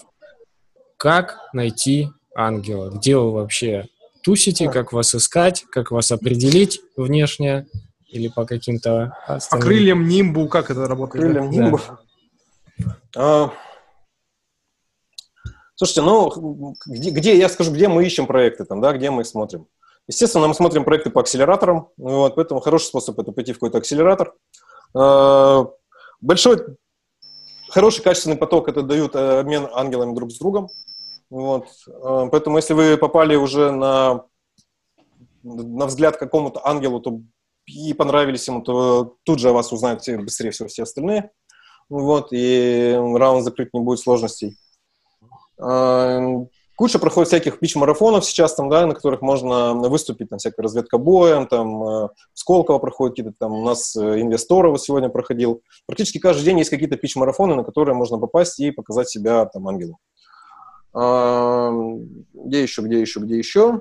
Как найти ангела? Где вы вообще тусите? Как вас искать? Как вас определить внешне? Или по каким-то остальным... По крыльям нимбу, как это работает? По крыльям нимбу? Да. А, слушайте, ну, где, где, я скажу, где мы ищем проекты, там, да, где мы их смотрим. Естественно, мы смотрим проекты по акселераторам, вот, поэтому хороший способ – это пойти в какой-то акселератор. Большой, хороший качественный поток – это дают обмен ангелами друг с другом. Вот. Поэтому если вы попали уже на, на взгляд к какому-то ангелу то, и понравились ему, то тут же о вас узнают все, быстрее всего все остальные. Вот, и раунд закрыть не будет сложностей. Куча проходит всяких пич-марафонов сейчас, там, да, на которых можно выступить, там, всякая разведка боем, там, э, Сколково проходит какие-то, там, у нас э, Инвесторов сегодня проходил. Практически каждый день есть какие-то пич-марафоны, на которые можно попасть и показать себя, там, ангелу. А, где еще, где еще, где еще?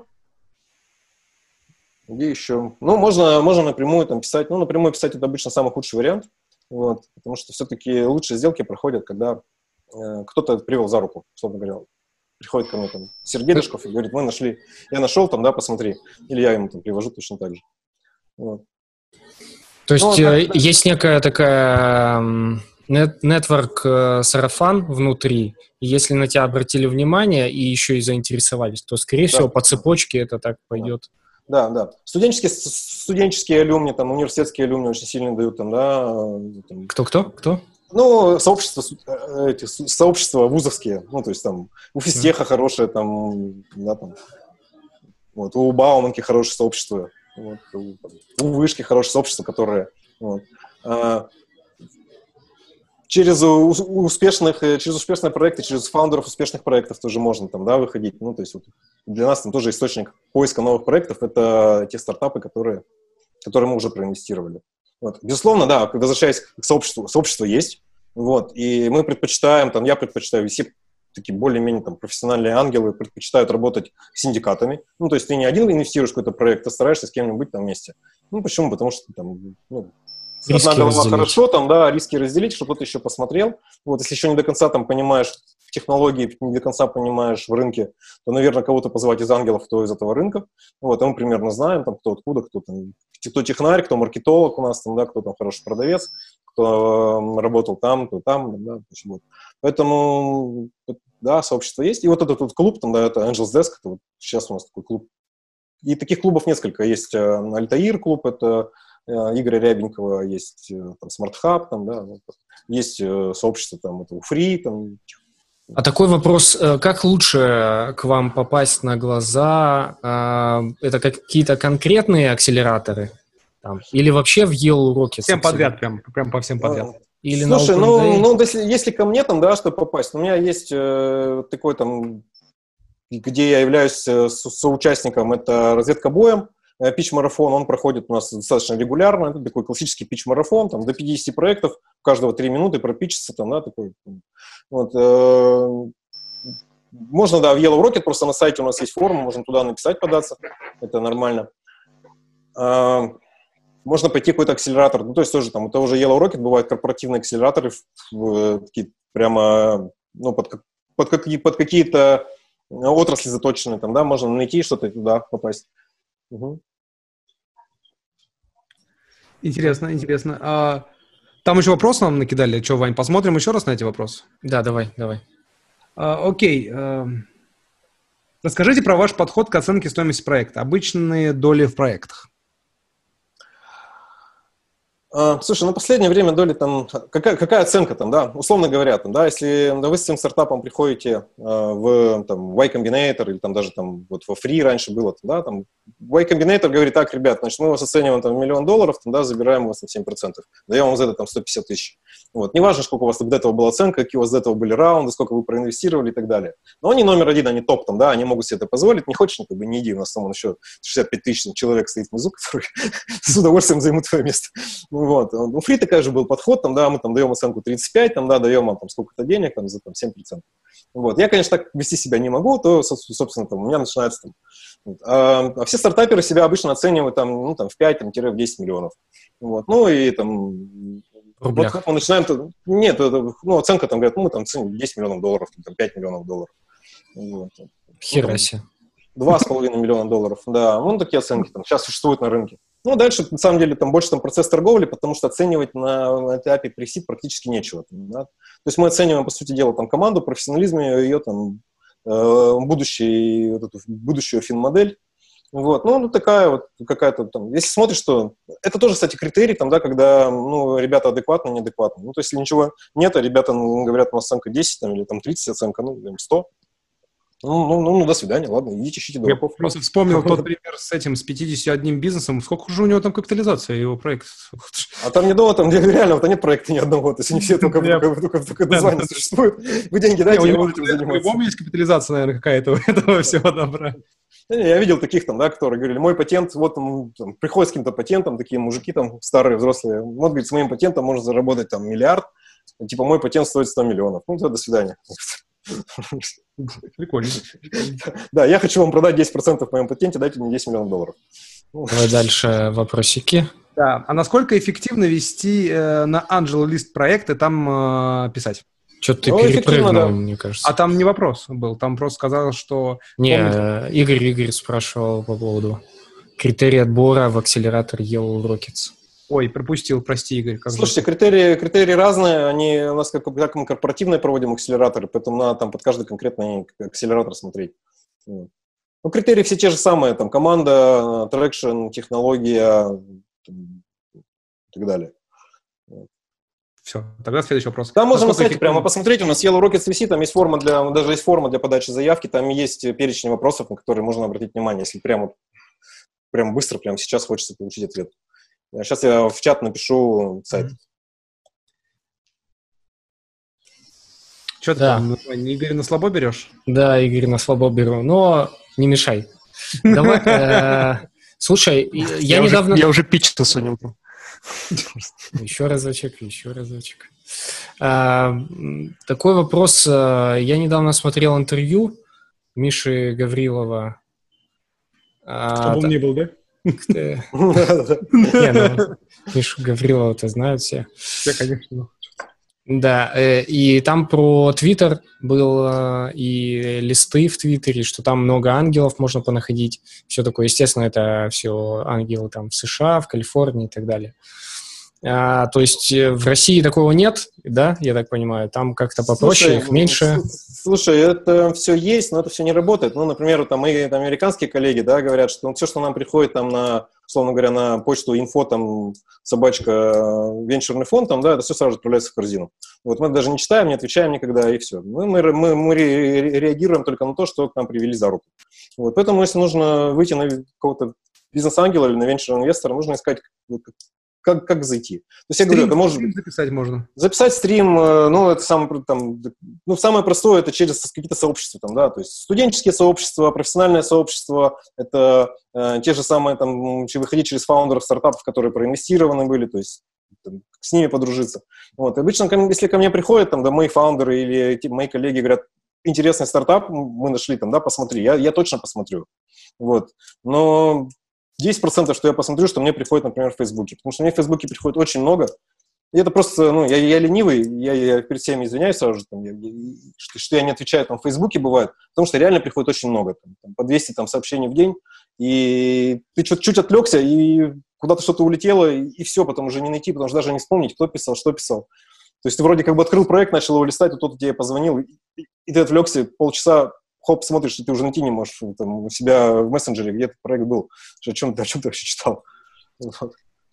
Где еще? Ну, можно, можно напрямую там писать, ну, напрямую писать это обычно самый худший вариант, вот, потому что все-таки лучшие сделки проходят, когда э, кто-то привел за руку, условно говоря. Приходит ко мне там Сергей Дашков и говорит, мы нашли, я нашел там, да, посмотри. Или я ему там привожу точно так же. Вот. То есть ну, э, так, есть некая такая нетворк э, сарафан внутри, и если на тебя обратили внимание и еще и заинтересовались, то, скорее да. всего, по цепочке это так пойдет. Да, да. Студенческие, студенческие алюмни, там, университетские алюмни очень сильно дают там, да. Кто-кто? Кто? Ну, сообщества, эти, сообщества вузовские, ну, то есть там у физтеха mm. хорошее, там, да, там, вот, у Бауманки хорошее сообщество, вот, у, у Вышки хорошее сообщество, которое, вот, а, через успешных, через успешные проекты, через фаундеров успешных проектов тоже можно там, да, выходить, ну, то есть вот, для нас там тоже источник поиска новых проектов, это те стартапы, которые, которые мы уже проинвестировали. Вот. Безусловно, да, возвращаясь к сообществу, сообщество есть, вот, и мы предпочитаем, там, я предпочитаю, все такие более-менее там профессиональные ангелы предпочитают работать с синдикатами, ну, то есть ты не один инвестируешь в какой-то проект, ты стараешься с кем-нибудь там вместе. Ну, почему? Потому что там, ну, одна голова хорошо, там, да, риски разделить, чтобы кто-то еще посмотрел, вот, если еще не до конца там понимаешь в технологии, не до конца понимаешь в рынке, то, наверное, кого-то позвать из ангелов, кто из этого рынка, вот, а мы примерно знаем, там, кто откуда, кто там, кто технарь, кто маркетолог у нас, там, да, кто там хороший продавец, кто э, работал там, кто там, да, вот. Поэтому, да, сообщество есть. И вот этот вот клуб, там, да, это Angels Desk, это вот сейчас у нас такой клуб. И таких клубов несколько. Есть э, Альтаир клуб, это э, Игоря Рябенького, есть э, там Smart Hub, там, да, вот, есть э, сообщество, там, это Уфри, там, А такой вопрос, как лучше к вам попасть на глаза? Это какие-то конкретные акселераторы? Там, или вообще в Yellow Rockets? Всем подряд, прям, прям по всем подряд. Или Слушай, ну, ну если, если ко мне там, да, чтобы попасть, у меня есть э, такой там, где я являюсь со- соучастником, это разведка боем, питч-марафон, он проходит у нас достаточно регулярно, это такой классический питч-марафон, там до пятидесяти проектов, у каждого три минуты пропитчится, там, да, такой, вот, э, можно, да, в Yellow Rocket, просто на сайте у нас есть форум, можно туда написать, податься, это нормально. Э, Можно пойти в какой-то акселератор, ну, то есть тоже там, это уже Yellow Rocket, бывают корпоративные акселераторы, такие прямо, ну, под, под, какие, под какие-то отрасли заточенные, там, да, можно найти что-то и туда попасть. Угу. Интересно, интересно. А, там еще вопросы нам накидали. Что, Вань, посмотрим еще раз на эти вопросы? Да, давай, давай. А, окей. А, расскажите про ваш подход к оценке стоимости проекта. Обычные доли в проектах. Слушай, ну, в последнее время доли там, какая, какая оценка там, да, условно говоря, там, да, если да, вы с этим стартапом приходите э, в, там, в Y Combinator или там даже там вот во Free раньше было, там, да, там, Y Combinator говорит, так, ребят, значит, мы вас оцениваем там в миллион долларов, там, да, забираем у вас на семь процентов, даем вам за это там сто пятьдесят тысяч. Вот, неважно, сколько у вас до этого была оценка, какие у вас до этого были раунды, сколько вы проинвестировали и так далее. Но они номер один, они топ там, да, они могут себе это позволить, не хочешь, ну, как бы не иди, у нас там еще шестьдесят пять тысяч человек стоит внизу, которые с удовольствием займут твое место. Вот. У Free такой же был подход, там, да, мы там даем оценку тридцать пять, там, да, даем вам там сколько-то денег, там, за там, семь процентов. Вот. Я, конечно, так вести себя не могу, то, собственно, там, у меня начинается там. Вот. А, а все стартаперы себя обычно оценивают там, ну, там, в пять-десять миллионов. Вот. Ну, и там... Вот как мы начинаем... То, нет, это, ну, оценка там, говорят, ну, мы там ценим десять миллионов долларов, там, пять миллионов долларов. Вот. Хера себе. Два с половиной миллиона долларов, да. Вон такие оценки там сейчас существуют на рынке. Ну, дальше, на самом деле, там больше там процесс торговли, потому что оценивать на этапе пресид практически нечего. Да? То есть мы оцениваем, по сути дела, там, команду, профессионализм ее, ее там, э, будущий, вот эту, будущую фин-модель. Вот. Ну, ну, такая вот какая-то там... Если смотришь, что... Это тоже, кстати, критерий, там, да, когда, ну, ребята адекватны, неадекватны. Ну, то есть, если ничего нет, а ребята, ну, говорят, у нас оценка десять, там, или там тридцать оценка, ну, сто. Ну, ну, ну, ну, до свидания, ладно, идите, ищите дураков. Я просто вспомнил тот пример с этим, с пятьдесят одним бизнесом. Сколько же у него там капитализация, его проект? А там не долго, там реально, вот нет проекта ни одного, то есть они все только названия существуют. Вы деньги дайте, я буду этим заниматься. По-любому есть капитализация, наверное, какая-то у этого всего добра. Я видел таких там, да, которые говорили, мой патент, вот там, там приходят с каким-то патентом, такие мужики там, старые, взрослые, вот, говорит, с моим патентом можно заработать там миллиард, типа мой патент стоит сто миллионов. Ну, то до свидания. Прикольно. Да, я хочу вам продать десять процентов в моем патенте, дайте мне десять миллионов долларов. Давай дальше вопросики. Да, а насколько эффективно вести э, на Angel List проекты, там э, писать? Что-то ты Ну, перепрыгнул, да. мне кажется. А там не вопрос был, там просто сказал, что... Не, помните... Игорь Игорь спрашивал по поводу критерий отбора в акселератор Yellow Rockets. Ой, пропустил, прости, Игорь. Как Слушайте, же... критерии, критерии разные, они у нас как, как мы корпоративные проводим акселераторы, поэтому надо там под каждый конкретный акселератор смотреть. Ну, критерии все те же самые, там команда, трекшн, технология там, и так далее. Все, тогда следующий вопрос. Там можно на сайте эффективно... прямо посмотреть, у нас Yellow Rockets ви си, там есть форма для, даже есть форма для подачи заявки, там есть перечень вопросов, на которые можно обратить внимание, если прямо, прямо быстро, прямо сейчас хочется получить ответ. Сейчас я в чат напишу сайт. Что ты Да. там, Игорь, на слабо берешь? Да, Игорь, на слабо беру, но не мешай. Давай, э, слушай, я недавно... Я уже питч-то сегодня утром. Еще разочек, еще разочек. А, такой вопрос. Я недавно смотрел интервью Миши Гаврилова. Чтобы он не был, да? Мишу Гаврилова-то знают все. Все, конечно. Да, и там про Твиттер был, и листы в Твиттере, что там много ангелов можно понаходить. Все такое, естественно, это все ангелы там в США, в Калифорнии и так далее. А, то есть в России такого нет, да, я так понимаю, там как-то попроще, слушай, их меньше. Слушай, это все есть, но это все не работает. Ну, например, там мои там, американские коллеги, да, говорят, что ну, все, что нам приходит там на условно говоря, на почту инфо, там, собачка, венчурный фонд, там, да, это все сразу же отправляется в корзину. Вот мы даже не читаем, не отвечаем никогда, и все. Мы, мы, мы, мы реагируем только на то, что к нам привели за руку. Вот, поэтому, если нужно выйти на какого-то бизнес-ангела или на венчурного инвестора, нужно искать, вот, как, как зайти. То есть, я стрим, говорю, это может быть... записать можно. Записать стрим, ну, это самое, там, ну, самое простое, это через какие-то сообщества, там, да, то есть студенческие сообщества, профессиональное сообщество, это э, те же самые, там, выходить через фаундеров стартапов, которые проинвестированы были, то есть там, с ними подружиться. Вот. Обычно, если ко мне приходят, там, да, мои фаундеры или типа, мои коллеги говорят, интересный стартап мы нашли, там, да, посмотри, я, я точно посмотрю. Вот. Но десять процентов, что я посмотрю, что мне приходит, например, в Фейсбуке. Потому что мне в Фейсбуке приходит очень много. И это просто, ну, я, я ленивый, я, я перед всеми извиняюсь сразу же, там, я, я, что, что я не отвечаю там в Фейсбуке бывает, потому что реально приходит очень много, там, там, по двести там, сообщений в день, и ты чуть-чуть отвлекся, и куда-то что-то улетело, и, и все, потом уже не найти, потому что даже не вспомнить, кто писал, что писал. То есть ты вроде как бы открыл проект, начал его листать, и кто-то тебе позвонил, и, и ты отвлекся полчаса, хоп, смотришь, что ты уже найти не можешь там, у себя в мессенджере, где этот проект был, о чем, о чем ты вообще читал. Вот.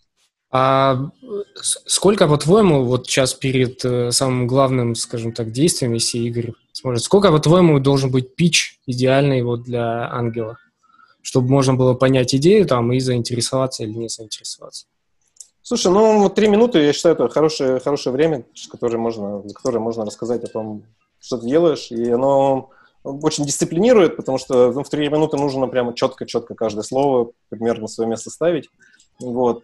А сколько, по-твоему, вот сейчас перед э, самым главным, скажем так, действием, если Игорь сможет, сколько, по-твоему, должен быть питч идеальный вот для ангела, чтобы можно было понять идею там и заинтересоваться или не заинтересоваться? Слушай, ну вот три минуты, я считаю, это хорошее, хорошее время, которое можно, за которое можно рассказать о том, что ты делаешь, и оно очень дисциплинирует, потому что ну, в три минуты нужно прямо четко-четко каждое слово примерно на свое место ставить. Вот.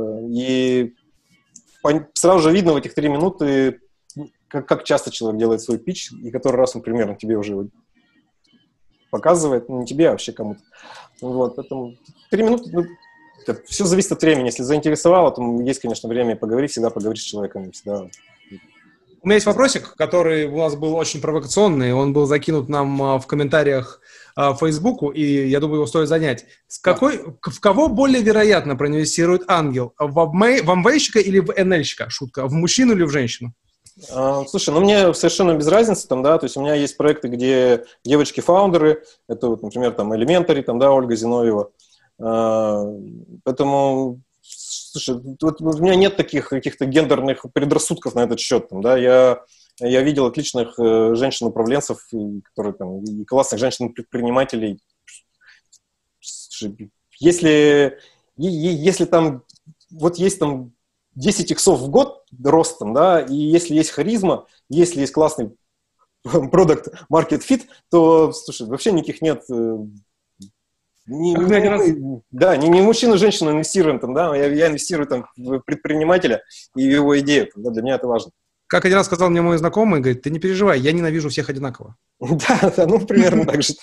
И сразу же видно в этих три минуты, как, как часто человек делает свой питч, и который раз он примерно тебе уже его показывает, ну, не тебе, а вообще кому-то. Вот. Поэтому три минуты, ну, все зависит от времени. Если заинтересовало, то есть, конечно, время поговорить, всегда поговорить с человеком. Всегда. У меня есть вопросик, который у нас был очень провокационный, он был закинут нам в комментариях в Фейсбуку, и я думаю, его стоит занять. С какой, в кого более вероятно проинвестирует ангел? В амвейщика или в эн эль-щика? Шутка. В мужчину или в женщину? А, слушай, ну мне совершенно без разницы, там, да, то есть у меня есть проекты, где девочки-фаундеры, это вот, например, там Elementary, там, да, Ольга Зиновьева, а, поэтому... Слушай, вот у меня нет таких каких-то гендерных предрассудков на этот счет. Там, да? я, я видел отличных э, женщин-управленцев, и, которые, там, и классных женщин-предпринимателей. Слушай, если, если там вот есть там десять иксов в год ростом, да, и если есть харизма, если есть классный продукт market fit, то, слушай, вообще никаких нет... Не, не, раз... Да, не, не мужчину, женщину инвестируем, там, да, я, я инвестирую там, в предпринимателя и в его идею, там, да, для меня это важно. Как один раз сказал мне мой знакомый, говорит, ты не переживай, я ненавижу всех одинаково. Да, да, ну, примерно так же.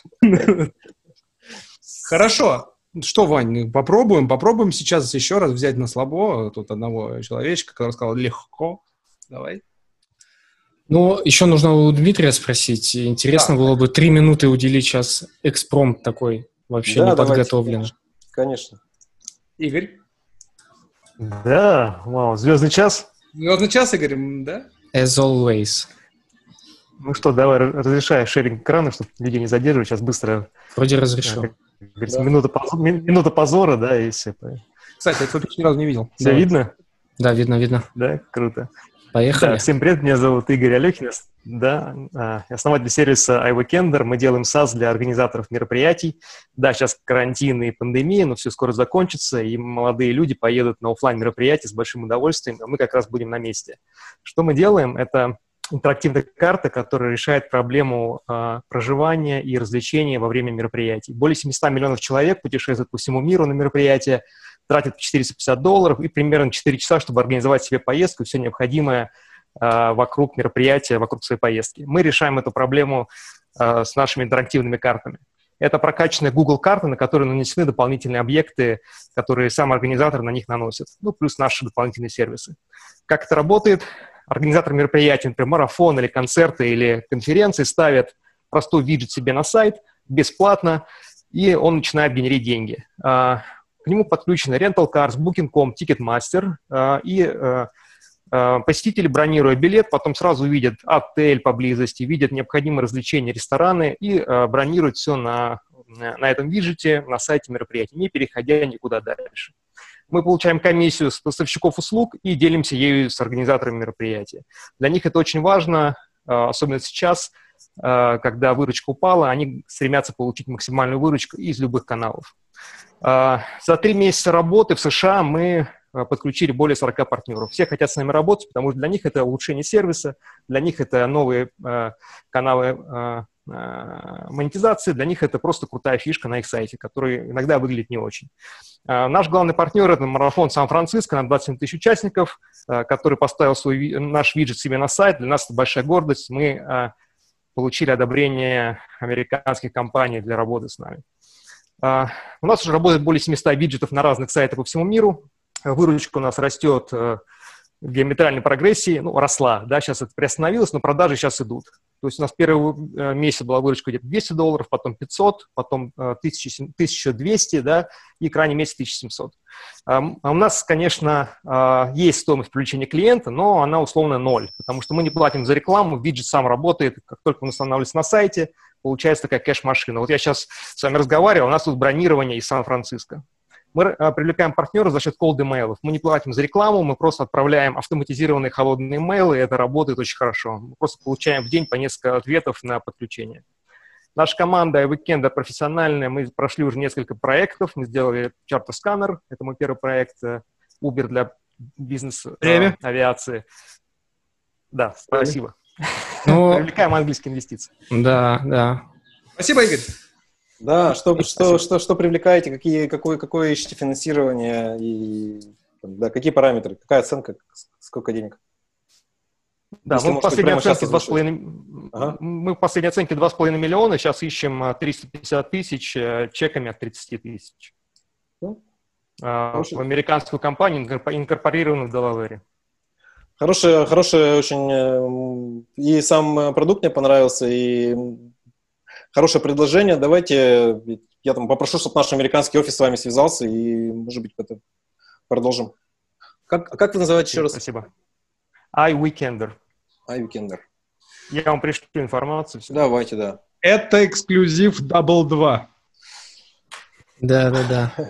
Хорошо. Что, Вань, попробуем, попробуем сейчас еще раз взять на слабо тут одного человечка, который сказал легко. Давай. Ну, еще нужно у Дмитрия спросить. Интересно было бы три минуты уделить сейчас экспромт такой. Вообще да, не подготовлен. Конечно. конечно. Игорь? Да, вау, звездный час. Звездный час, Игорь, да? As always. Ну что, давай, разрешай шеринг экрана, чтобы людей не задерживать. Сейчас быстро. Вроде разрешил. Как говорится, да. минута, позора, минута позора, да, и все. Кстати, я тут ни разу не видел. Все Давай. видно? Да, видно, видно. Да, круто. Поехали. Да, всем привет, меня зовут Игорь Алехин, да, основатель сервиса iWeekender. Мы делаем SaaS для организаторов мероприятий. Да, сейчас карантин и пандемия, но все скоро закончится, и молодые люди поедут на офлайн мероприятия с большим удовольствием, а мы как раз будем на месте. Что мы делаем? Это интерактивная карта, которая решает проблему э, проживания и развлечения во время мероприятий. Более семьсот миллионов человек путешествуют по всему миру на мероприятия, тратят четыреста пятьдесят долларов и примерно четыре часа, чтобы организовать себе поездку и все необходимое э, вокруг мероприятия, вокруг своей поездки. Мы решаем эту проблему э, с нашими интерактивными картами. Это прокачанная Google карта, на которую нанесены дополнительные объекты, которые сам организатор на них наносит, ну, плюс наши дополнительные сервисы. Как это работает? Организатор мероприятий, например, марафон или концерты или конференции ставит простой виджет себе на сайт бесплатно, и он начинает генерить деньги. К нему подключены Rental Cars, Booking точка ком, Ticketmaster, и посетители, бронируя билет, потом сразу видят отель поблизости, видят необходимые развлечения, рестораны и бронируют все на на этом виджете на сайте мероприятия, не переходя никуда дальше. Мы получаем комиссию с поставщиков услуг и делимся ею с организаторами мероприятия. Для них это очень важно, особенно сейчас, когда выручка упала, они стремятся получить максимальную выручку из любых каналов. За три месяца работы в США мы подключили более сорока партнеров. Все хотят с нами работать, потому что для них это улучшение сервиса, для них это новые каналы монетизации, для них это просто крутая фишка на их сайте, которая иногда выглядит не очень. Наш главный партнер — это марафон Сан-Франциско на двадцать семь тысяч участников, который поставил свой, наш виджет себе на сайт. Для нас это большая гордость. Мы получили одобрение американских компаний для работы с нами. У нас уже работает более семисот виджетов на разных сайтах по всему миру. Выручка у нас растет в геометральной прогрессии, ну, росла, да, сейчас это приостановилось, но продажи сейчас идут. То есть у нас первый месяц была выручка где-то двести долларов, потом пятьсот, потом тысяча двести, да, и крайний месяц тысяча семьсот. А у нас, конечно, есть стоимость привлечения клиента, но она условно ноль, потому что мы не платим за рекламу, виджет сам работает, как только он устанавливается на сайте, получается такая кэш-машина. Вот я сейчас с вами разговаривал, у нас тут бронирование из Сан-Франциско. Мы привлекаем партнеров за счет cold email. Мы не платим за рекламу, мы просто отправляем автоматизированные холодные имейлы, и это работает очень хорошо. Мы просто получаем в день по несколько ответов на подключение. Наша команда iWeekend профессиональная, мы прошли уже несколько проектов, мы сделали Charter Scanner, это мой первый проект, Uber для бизнес-авиации. Да, спасибо. Ну, привлекаем английские инвестиции. Да, да. Спасибо, Игорь. Да, что, что, что, что привлекаете, какие, какое, какое ищете финансирование и да, какие параметры, какая оценка, сколько денег? Да, Если мы в последней оценке два с половиной ага. мы в последней оценке два с половиной миллиона, сейчас ищем триста пятьдесят тысяч чеками от тридцати тысяч. Ну, в американскую компанию, инкорпорированную в Делавере. Хороший, хороший очень, и сам продукт мне понравился, и хорошее предложение. Давайте, я там попрошу, чтобы наш американский офис с вами связался, и, может быть, это продолжим. Как, как вы называете еще раз? Спасибо. iWeekender. iWeekender. Я вам пришлю информацию. Все. Давайте, да. Это эксклюзив Double два. Да, да, да.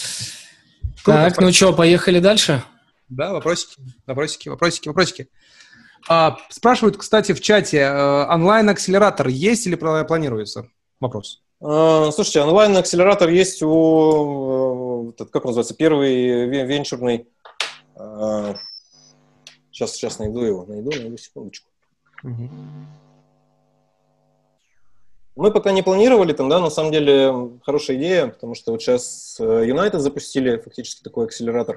Так, ну что, поехали дальше? Да, вопросики, вопросики, вопросики, вопросики. А, спрашивают, кстати, в чате, онлайн-акселератор есть или планируется? Вопрос. А, слушайте, онлайн-акселератор есть у, как он называется, первый венчурный. А, сейчас, сейчас найду его, найду, найду, секундочку. Угу. Мы пока не планировали там, да, на самом деле хорошая идея, потому что вот сейчас United запустили фактически такой акселератор.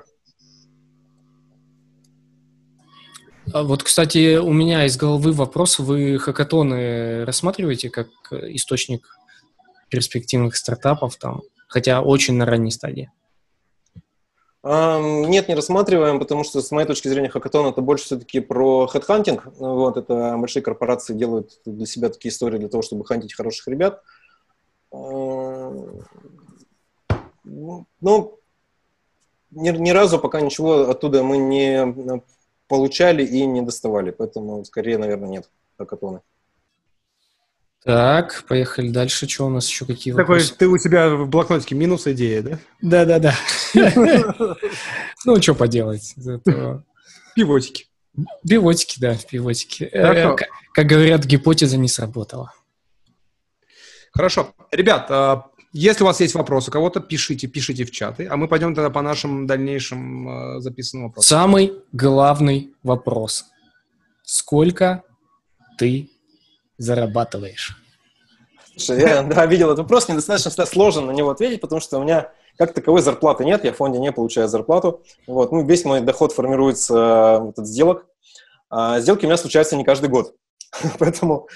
Вот, кстати, у меня из головы вопрос. Вы хакатоны рассматриваете как источник перспективных стартапов, там, хотя очень на ранней стадии? Um, нет, не рассматриваем, потому что, с моей точки зрения, хакатон — это больше все-таки про хедхантинг. Вот, это большие корпорации делают для себя такие истории для того, чтобы хантить хороших ребят. Uh, ну, ни, ни разу пока ничего оттуда мы не получали и не доставали, поэтому скорее, наверное, нет хакатоны. Так, поехали дальше. Что у нас еще, какие Такой, вопросы? ты у тебя в блокнотике минус идея, да? Да-да-да. Ну, что поделать. Пивотики. Пивотики, да, пивотики. Как говорят, гипотеза не сработала. Хорошо. Ребят, если у вас есть вопросы, кого-то пишите, пишите в чаты, а мы пойдем тогда по нашим дальнейшим записанным вопросам. Самый главный вопрос. Сколько ты зарабатываешь? Слушай, я да, видел этот вопрос, мне достаточно сложно на него ответить, потому что у меня как таковой зарплаты нет, я в фонде не получаю зарплату. Вот. Ну, весь мой доход формируется вот, от сделок. А сделки у меня случаются не каждый год. Поэтому...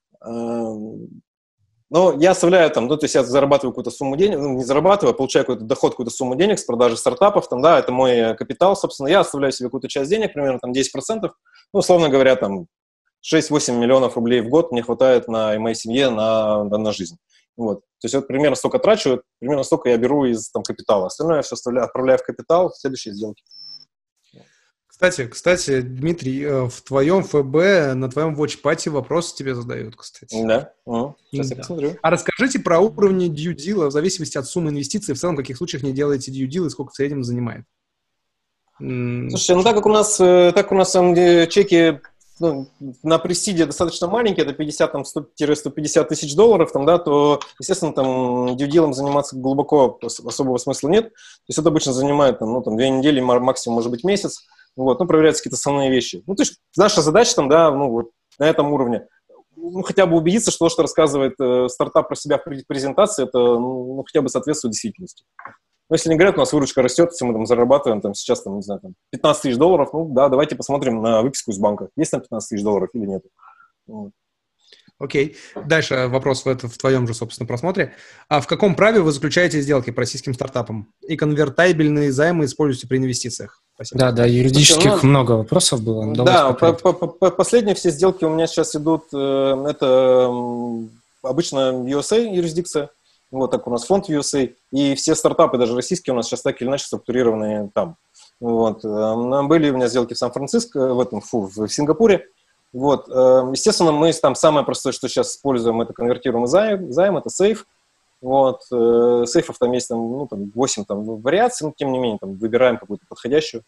Но я оставляю там, ну, то есть я зарабатываю какую-то сумму денег, ну, не зарабатываю, а получаю какой-то доход, какую-то сумму денег с продажи стартапов, там, да, это мой капитал, собственно, я оставляю себе какую-то часть денег, примерно там десять процентов, ну, условно говоря, там шесть-восемь миллионов рублей в год мне хватает на моей семье, на, на, на жизнь. Вот. То есть вот примерно столько трачу, примерно столько я беру из там капитала, остальное я все оставляю, отправляю в капитал в следующие сделки. Кстати, кстати, Дмитрий, в твоем ФБ, на твоем watchpad вопросы тебе задают, кстати. Да. Угу. Сейчас Да. я посмотрю. А расскажите про уровни due deal в зависимости от суммы инвестиций, в целом, в каких случаях не делаете due deal и сколько в среднем занимает? Слушайте, ну так как у нас, так у нас там чеки ну, на пресиде достаточно маленькие, это пятьдесят-сто пятьдесят тысяч долларов, там, да, то, естественно, там дьюдилом заниматься глубоко особого смысла нет. То есть это обычно занимает там, ну, там, две недели, максимум, может быть, месяц. Вот, ну, проверяются какие-то основные вещи. Ну, то есть наша задача там, да, ну, вот на этом уровне, ну, хотя бы убедиться, что то, что рассказывает э, стартап про себя в презентации, это, ну, хотя бы соответствует действительности. Ну, если они говорят, у нас выручка растет, если мы там зарабатываем там, сейчас, там, не знаю, там, пятнадцать тысяч долларов, ну, да, давайте посмотрим на выписку из банка. Есть там пятнадцать тысяч долларов или нет. Вот. Окей. Дальше вопрос в, это, в твоем же, собственно, просмотре. А в каком праве вы заключаете сделки по российским стартапам? И конвертабельные займы используете при инвестициях? Спасибо. Да, да, юридических Слушай, ну, много вопросов было. Да, по, по, по, последние все сделки у меня сейчас идут, э, это э, обычно ю эс эй юрисдикция, вот так у нас фонд ю эс эй, и все стартапы, даже российские, у нас сейчас так или иначе структурированы там. Вот. Были у меня сделки в Сан-Франциско, в, этом, фу, в Сингапуре. Вот. Естественно, мы там самое простое, что сейчас используем, это конвертируемый займ, займ это сейф. Вот. Сейфов там есть там, ну, там, восемь там, вариаций, но тем не менее там, выбираем какую-то подходящую.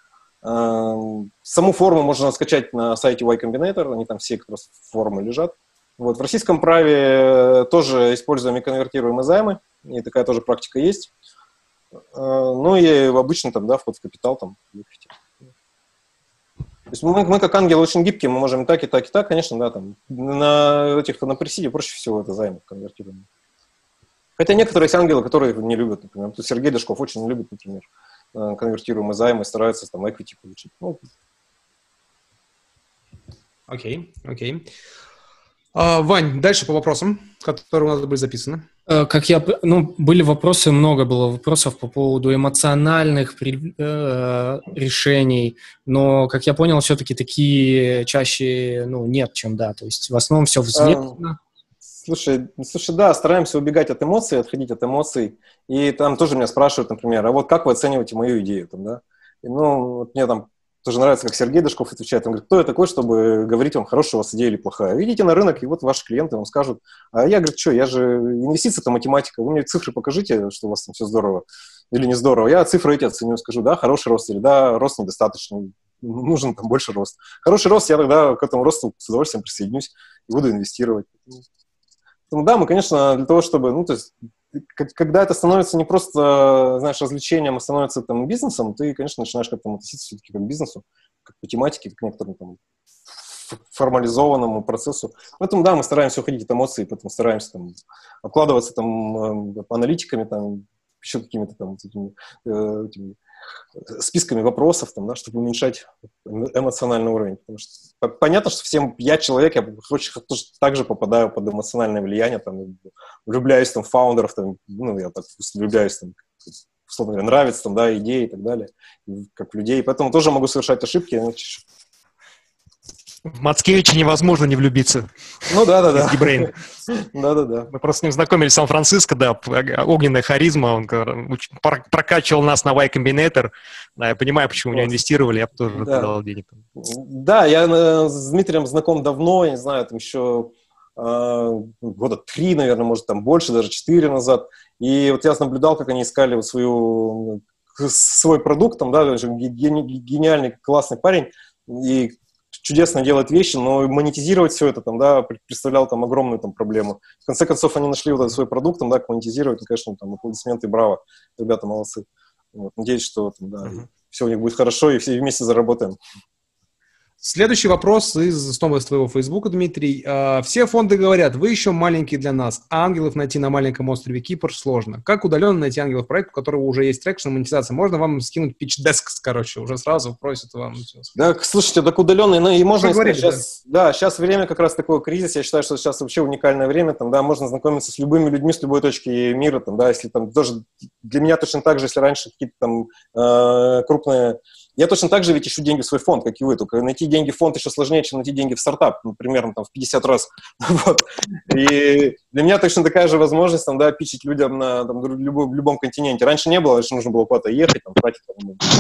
Саму форму можно скачать на сайте Y Combinator, они там все как раз формы лежат. Вот. В российском праве тоже используем и конвертируемые займы, и такая тоже практика есть. Ну и обычно там, да, вход в капитал там. То есть мы, мы как ангелы очень гибкие, мы можем и так, и так, и так, конечно, да, там на этих, на пресиде проще всего это займы конвертируемые. Хотя некоторые есть ангелы, которые не любят, например, тут Сергей Дашков очень не любит, например, конвертируемые займы, стараются там equity получить. Ну. Окей, окей. А, Вань, дальше по вопросам, которые у нас были записаны. Как я, ну, были вопросы, много было вопросов по поводу эмоциональных при, э, решений, но, как я понял, все-таки такие чаще, ну, нет, чем да, то есть в основном все взвешенно. Слушай, слушай, да, стараемся убегать от эмоций, отходить от эмоций, и там тоже меня спрашивают, например, а вот как вы оцениваете мою идею, там, да? И, ну, вот мне там тоже нравится, как Сергей Дашков отвечает. Он говорит, кто я такой, чтобы говорить вам, хорошая у вас идея или плохая. Видите на рынок, и вот ваши клиенты вам скажут. А я говорю, что, я же инвестиции, это математика. Вы мне цифры покажите, что у вас там все здорово или не здорово. Я цифры эти оценю, скажу, да, хороший рост или да, рост недостаточный, нужен там больше рост. Хороший рост, я тогда к этому росту с удовольствием присоединюсь и буду инвестировать. Поэтому, да, мы, конечно, для того, чтобы, ну, то есть, когда это становится не просто, знаешь, развлечением, а становится там бизнесом, ты, конечно, начинаешь к этому относиться все-таки как к бизнесу, как к математике, как к некоторому там формализованному процессу. Поэтому, да, мы стараемся уходить от эмоций, поэтому стараемся там обкладываться там аналитиками, там, еще какими-то там этими, э, этими списками вопросов, там, да, чтобы уменьшать эмоциональный уровень. Потому что понятно, что всем я человек, я очень, также попадаю под эмоциональное влияние, там, влюбляюсь там, в фаундеров, там, ну, я так влюбляюсь, там, условно говоря, нравится там, да, идеи и так далее, как людей. Поэтому тоже могу совершать ошибки. В Мацкевича невозможно не влюбиться. Ну да-да-да. Да-да-да. Мы просто с ним знакомились в Сан-Франциско, да, огненная харизма, он прокачивал нас на Y Combinator. Да, я понимаю, почему в него инвестировали, я бы тоже да. дал денег. Да, я с Дмитрием знаком давно, я не знаю, там еще э, года три, наверное, может, там больше, даже четыре назад. И вот я наблюдал, как они искали вот свою, свой продукт, там, да, гениальный, классный парень, и чудесно делать вещи, но монетизировать все это там, да, представлял там огромную там проблему. В конце концов, они нашли вот этот свой продукт, там, да, монетизировать, ну, конечно, там, аплодисменты, браво, ребята молодцы. Вот, надеюсь, что там, да, uh-huh. все у них будет хорошо, и все вместе заработаем. Следующий вопрос из, снова из твоего Фейсбука, Дмитрий. А, все фонды говорят, вы еще маленькие для нас, а ангелов найти на маленьком острове Кипр сложно. Как удаленно найти ангелов проект, у которого уже есть трекшн, монетизация? Можно вам скинуть питч-деск, короче, уже сразу просят вам. Да, слушайте, так удаленный, ну и можно говорили, сейчас, да. да, сейчас время как раз такого кризиса, я считаю, что сейчас вообще уникальное время, там, да, можно знакомиться с любыми людьми с любой точки мира, там, да, если там тоже, для меня точно так же, если раньше какие-то там э, крупные... Я точно так же ведь ищу деньги в свой фонд, как и вы, только найти деньги в фонд еще сложнее, чем найти деньги в стартап, ну, примерно там в пятьдесят раз. Вот. И для меня точно такая же возможность там, да, питчить людям на там, любом, в любом континенте. Раньше не было, раньше нужно было куда-то ехать, там, тратить там,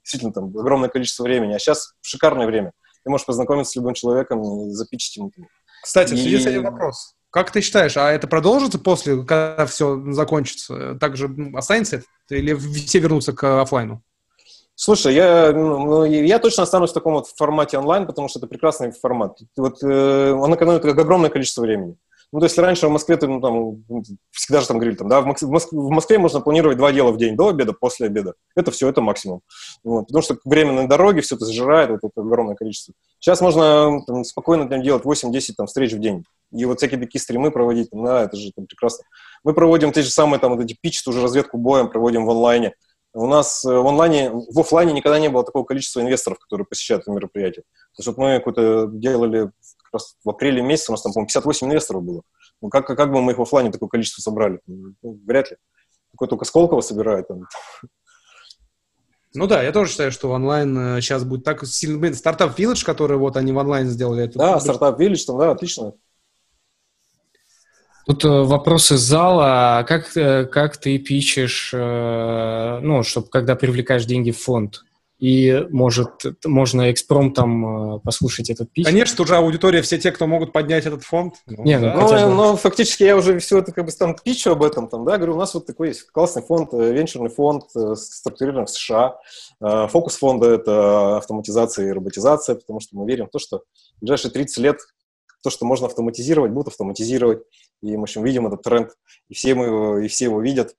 действительно там огромное количество времени, а сейчас шикарное время. Ты можешь познакомиться с любым человеком и запичить ему. Кстати, И... в связи с этим вопрос. Как ты считаешь, а это продолжится после, когда все закончится? Также ну, останется это? Или все вернутся к офлайну? Слушай, я, ну, я точно останусь в таком вот формате онлайн, потому что это прекрасный формат. Вот, э, он экономит как огромное количество времени. Ну, то есть, если раньше в Москве, ты, ну, там, всегда же там говорили, там, да, в Москве, в Москве можно планировать два дела в день, до обеда, после обеда. Это все, это максимум. Вот, потому что время на дороге, все это сжирает, вот это огромное количество. Сейчас можно там, спокойно там, делать восемь-десять там, встреч в день. И вот всякие такие стримы проводить, там, да, это же там, прекрасно. Мы проводим те же самые, там, вот эти питчи, уже разведку боем проводим в онлайне. У нас в онлайне, в офлайне никогда не было такого количества инвесторов, которые посещают это мероприятие. То есть вот мы какое-то делали как раз в апреле месяце, у нас там, по-моему, пятьдесят восемь инвесторов было. Ну как, как бы мы их в офлайне такое количество собрали? Ну, вряд ли. Такое только Сколково собирает. Там. Ну да, я тоже считаю, что онлайн сейчас будет так сильно... Стартап Village, который вот они в онлайн сделали. Это да, стартап Village, там, да, отлично. Тут вопрос из зала. Как, как ты пичешь, ну, чтобы когда привлекаешь деньги в фонд? И, может, можно экспромтом послушать этот пич? Конечно, тут же аудитория, все те, кто могут поднять этот фонд. Ну, Не, да. ну, ну, бы... ну, фактически я уже все это как бы там пичу об этом. Там, да, говорю, у нас вот такой есть классный фонд, венчурный фонд, структурирован в США. Фокус фонда – это автоматизация и роботизация, потому что мы верим в то, что в ближайшие тридцать лет то, что можно автоматизировать, будут автоматизировать. И мы, в общем, видим этот тренд, и все, мы его, и все его видят.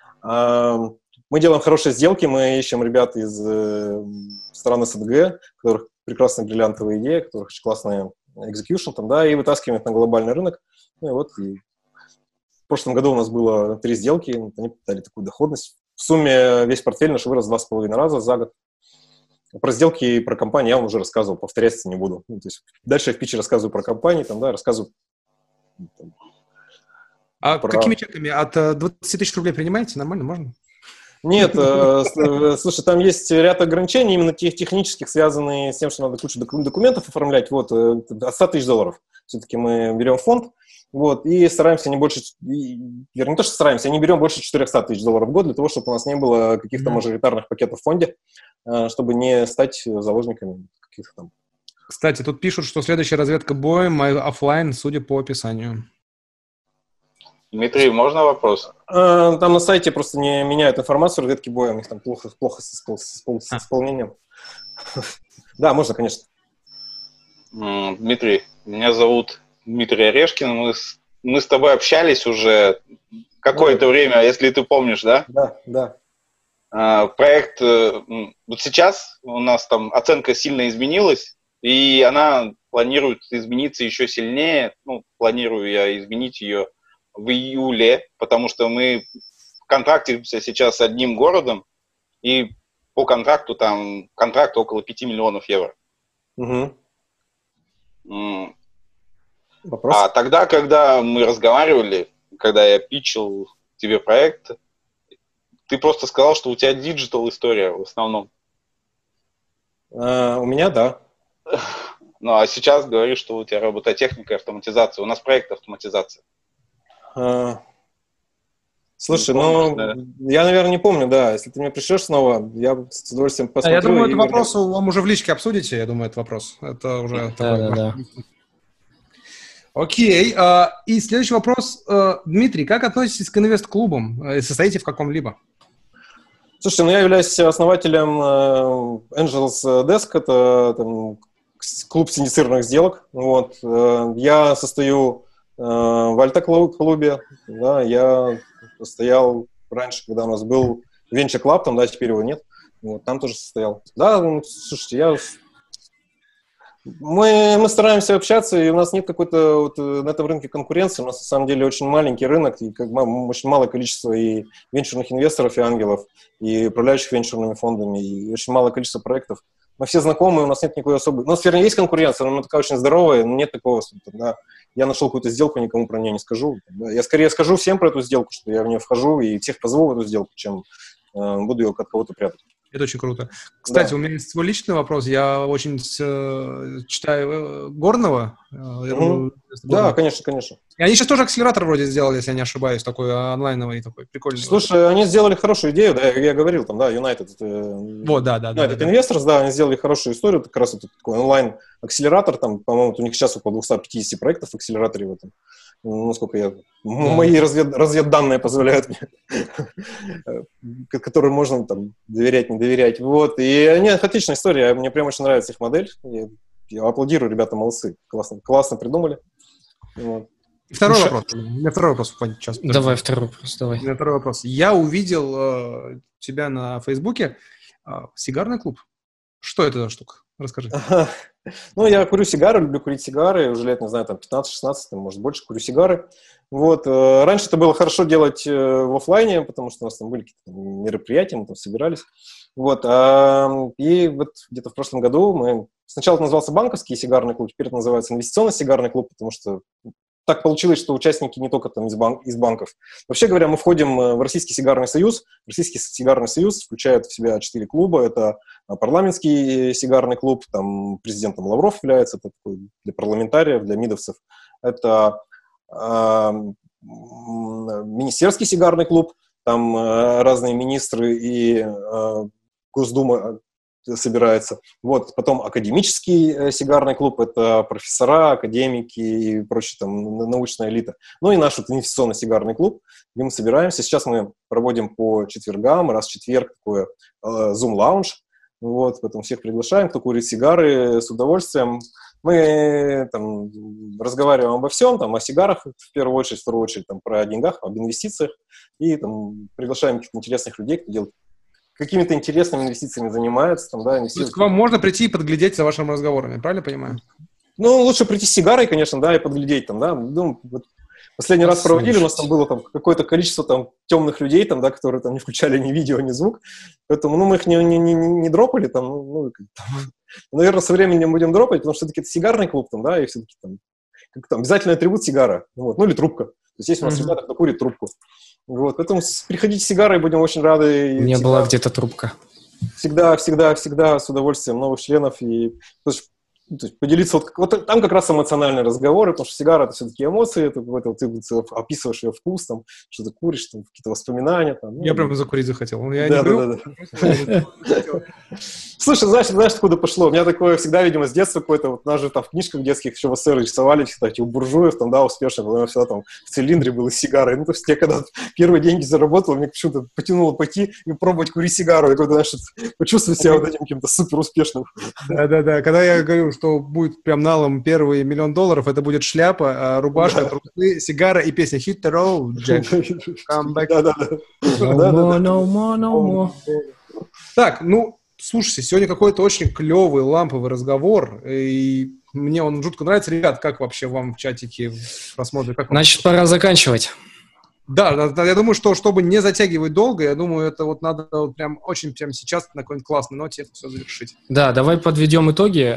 Мы делаем хорошие сделки, мы ищем ребят из стран СНГ, у которых прекрасные бриллиантовые идеи, у которых очень классные execution, там, да, и вытаскиваем их на глобальный рынок. Ну и вот, и в прошлом году у нас было три сделки, они дали такую доходность. В сумме весь портфель наш вырос два с половиной раза за год. Про сделки и про компании я вам уже рассказывал, повторяться не буду. Ну, то есть дальше я в питче рассказываю про компании, там, да, рассказываю. Там, а про... какими чеками? От двадцати тысяч рублей принимаете? Нормально, можно? Нет, э, слушай, там есть ряд ограничений, именно тех технических, связанные с тем, что надо кучу документов оформлять. Вот, от ста тысяч долларов. Все-таки мы берем фонд, вот, и стараемся не больше, вернее, не то, что стараемся, не берем больше четырехсот тысяч долларов в год для того, чтобы у нас не было каких-то мажоритарных пакетов в фонде, чтобы не стать заложниками каких-то там. Кстати, тут пишут, что следующая разведка боем офлайн, судя по описанию. Дмитрий, можно вопрос? Там на сайте просто не меняют информацию разведки боя, у них там плохо, плохо с, испол- с, испол- с исполнением. Да, можно, конечно. Дмитрий, меня зовут Дмитрий Орешкин, мы с, мы с тобой общались уже какое-то время, если ты помнишь, да? Да, да. Проект, вот сейчас у нас там оценка сильно изменилась, и она планирует измениться еще сильнее, ну, планирую я изменить ее в июле, потому что мы контрактимся сейчас с одним городом, и по контракту там контракт около пяти миллионов евро. Угу. Mm. Вопрос? А тогда, когда мы разговаривали, когда я питчил тебе проект, ты просто сказал, что у тебя диджитал история в основном. Uh, у меня, да. Ну, а сейчас говоришь, что у тебя робототехника и автоматизация. У нас проект автоматизация. Uh, слушай, ну, да? Я, наверное, не помню, да. Если ты мне пришлешь снова, я с удовольствием посмотрю. Да, я думаю, этот вопрос вам уже в личке обсудите, я думаю, этот вопрос. Это уже... Да, да, да. Окей. Uh, и следующий вопрос. Uh, Дмитрий, как относитесь к инвест-клубам? Состоите в каком-либо? Слушайте, ну я являюсь основателем uh, Angels Desk, это там, клуб синдицированных сделок. Вот. Uh, я состою uh, в Альта-клубе, да, я состоял раньше, когда у нас был Venture Club, там, да, теперь его нет, вот, там тоже состоял. Да, ну, слушайте, я... Мы, мы стараемся общаться, и у нас нет какой-то вот, на этом рынке конкуренции. У нас на самом деле очень маленький рынок, и как бы, очень малое количество и венчурных инвесторов, и ангелов, и управляющих венчурными фондами, и очень малое количество проектов. Мы все знакомы, у нас нет никакой особой... У нас, вернее, есть конкуренция, но она такая очень здоровая, но нет такого... Да, я нашел какую-то сделку, никому про нее не скажу. Да, я скорее скажу всем про эту сделку, что я в нее вхожу, и всех позову в эту сделку, чем э, буду ее от кого-то прятать. Это очень круто. Кстати, Да. у меня есть свой личный вопрос. Я очень э, читаю э, Горного. Э, я Мгм. думаю, Да, Горного. конечно, конечно. И они сейчас тоже акселератор вроде сделали, если я не ошибаюсь, такой онлайновый, такой прикольный. Слушай, они сделали хорошую идею, да, я, я говорил там, да, United. э, Вот, да, да, да. United да, да. Investors, да, они сделали хорошую историю, это как раз это такой онлайн-акселератор, там, по-моему, вот у них сейчас около двести пятьдесят проектов в акселераторе в этом. Ну, насколько я... Мои развед, разведданные позволяют мне, которым можно там доверять, не доверять. Вот, и они, отличная история, мне прям очень нравится их модель. Я, я аплодирую, ребята, молодцы, классно, классно придумали. Вот. И второй Ну, вопрос. У меня второй вопрос, Вань, сейчас. Давай второй вопрос, давай. У меня второй вопрос. Я увидел э, тебя на Фейсбуке. Э, сигарный клуб. Что это за штука? Расскажи. Ага. Ну, я курю сигары, люблю курить сигары, уже лет, не знаю, там пятнадцать-шестнадцать, может, больше курю сигары. Вот. э, Раньше это было хорошо делать э, в офлайне, потому что у нас там были какие-то там мероприятия, мы там собирались. Вот. а, И вот где-то в прошлом году мы... Сначала это назывался банковский сигарный клуб, теперь это называется инвестиционный сигарный клуб, потому что так получилось, что участники не только там из, бан- из банков. Вообще говоря, мы входим в Российский сигарный союз. Российский сигарный союз включает в себя четыре клуба. Это парламентский сигарный клуб, там президентом Лавров является, это такой для парламентариев, для мидовцев. Это э, министерский сигарный клуб, там э, разные министры и э, Госдума собирается. Вот. Потом академический э, сигарный клуб, это профессора, академики и прочая там научная элита. Ну и наш вот инвестиционный сигарный клуб, где мы собираемся. Сейчас мы проводим по четвергам, раз в четверг такое э, Zoom Lounge. Вот, поэтому всех приглашаем, кто курит сигары, с удовольствием. Мы там разговариваем обо всем, там, о сигарах в первую очередь, в вторую очередь там, про деньгах, об инвестициях. И там, приглашаем каких-то интересных людей, кто делает какими-то интересными инвестициями занимается. Там, да, То есть к вам можно прийти и подглядеть за вашими разговорами, правильно понимаю? Ну, лучше прийти с сигарой, конечно, да, и подглядеть там, да. Ну, вот последний раз проводили, у нас там было там какое-то количество там темных людей, там, да, которые там не включали ни видео, ни звук. Поэтому, ну, мы их не, не, не, не дропали, там, ну, там, наверное, со временем будем дропать, потому что все-таки это сигарный клуб, там, да, и все-таки там, как там обязательный атрибут сигара, вот, ну, или трубка. То есть есть у нас mm-hmm. ребята, кто курит трубку. Вот, поэтому приходите с сигарой, будем очень рады. У меня всегда, была где-то трубка. Всегда, всегда, всегда с удовольствием новых членов и то есть, то есть поделиться. Вот, вот там как раз эмоциональные разговоры, потому что сигара — это все-таки эмоции, это, это, ты, ты описываешь ее вкус, там, что ты куришь, там, какие-то воспоминания. Там, ну, я прям закурить захотел. Я да, не да, да, да. Слушай, знаешь, знаешь, откуда пошло? У меня такое всегда, видимо, с детства какое-то, вот нас же там в книжках детских еще в СССР рисовали, кстати, у буржуев, там, да, успешных, у меня всегда там в цилиндре было с сигарой. Ну, то есть я когда первые деньги заработал, мне почему-то потянуло пойти и пробовать курить сигару, и когда, знаешь, почувствовать себя вот этим каким-то супер успешным. Да-да-да, когда я говорю, что будет прям налом первый миллион долларов, это будет шляпа, рубашка, трусы, сигара и песня «Hit the road, Jack, come back». Да-да-да. No more, no more, no more. Так, ну, слушайте, сегодня какой-то очень клевый, ламповый разговор, и мне он жутко нравится. Ребят, как вообще вам в чатике просмотры? Как вам? Значит, пора заканчивать. Да, да, я думаю, что чтобы не затягивать долго, я думаю, это вот надо вот прям очень прямо сейчас на какой-нибудь классной ноте это все завершить. Да, давай подведем итоги,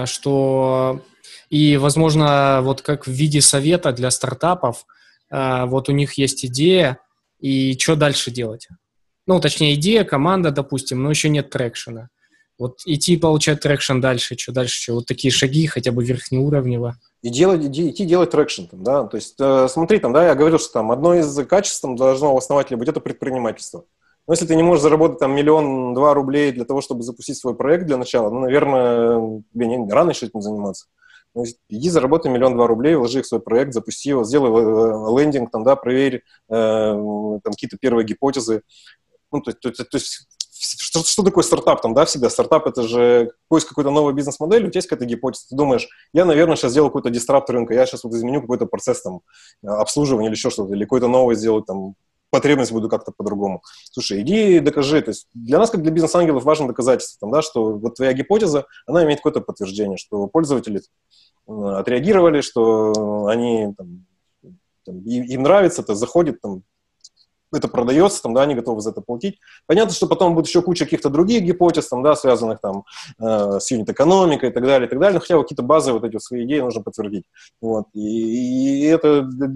что и, возможно, вот как в виде совета для стартапов, вот у них есть идея, и что дальше делать? Ну, точнее, идея, команда, допустим, но еще нет трекшена. Вот идти получать трекшен дальше, что дальше, что вот такие шаги, хотя бы верхнеуровнево. И делать, иди, идти делать трекшн, там, да, то есть э, смотри, там, да, я говорил, что там одно из качеств там, должно у основателя быть — это предпринимательство. Но если ты не можешь заработать там миллион-два рублей для того, чтобы запустить свой проект для начала, ну, наверное, тебе не, рано еще этим заниматься. Ну, иди заработай миллион-два рублей, вложи их в свой проект, запусти его, сделай лендинг, там, да, проверь э, там, какие-то первые гипотезы. Ну, то, то, то, то есть Что, что такое стартап там, да, всегда? Стартап — это же поиск какой-то новой бизнес-модели, у тебя есть какая-то гипотеза, ты думаешь, я, наверное, сейчас сделаю какой-то дистраптор рынка, я сейчас вот изменю какой-то процесс там обслуживания или еще что-то, или какой-то новый сделаю там, потребность буду как-то по-другому. Слушай, иди докажи. То есть для нас, как для бизнес-ангелов, важно доказательство, там, да, что вот твоя гипотеза, она имеет какое-то подтверждение, что пользователи отреагировали, что они там, там, им нравится, это заходит, там, это продается, там, да, они готовы за это платить. Понятно, что потом будет еще куча каких-то других гипотез, там, да, связанных там, э, с юнит-экономикой и так далее, и так далее, но хотя бы какие-то базовые вот эти вот свои идеи нужно подтвердить. Вот. И, и это для,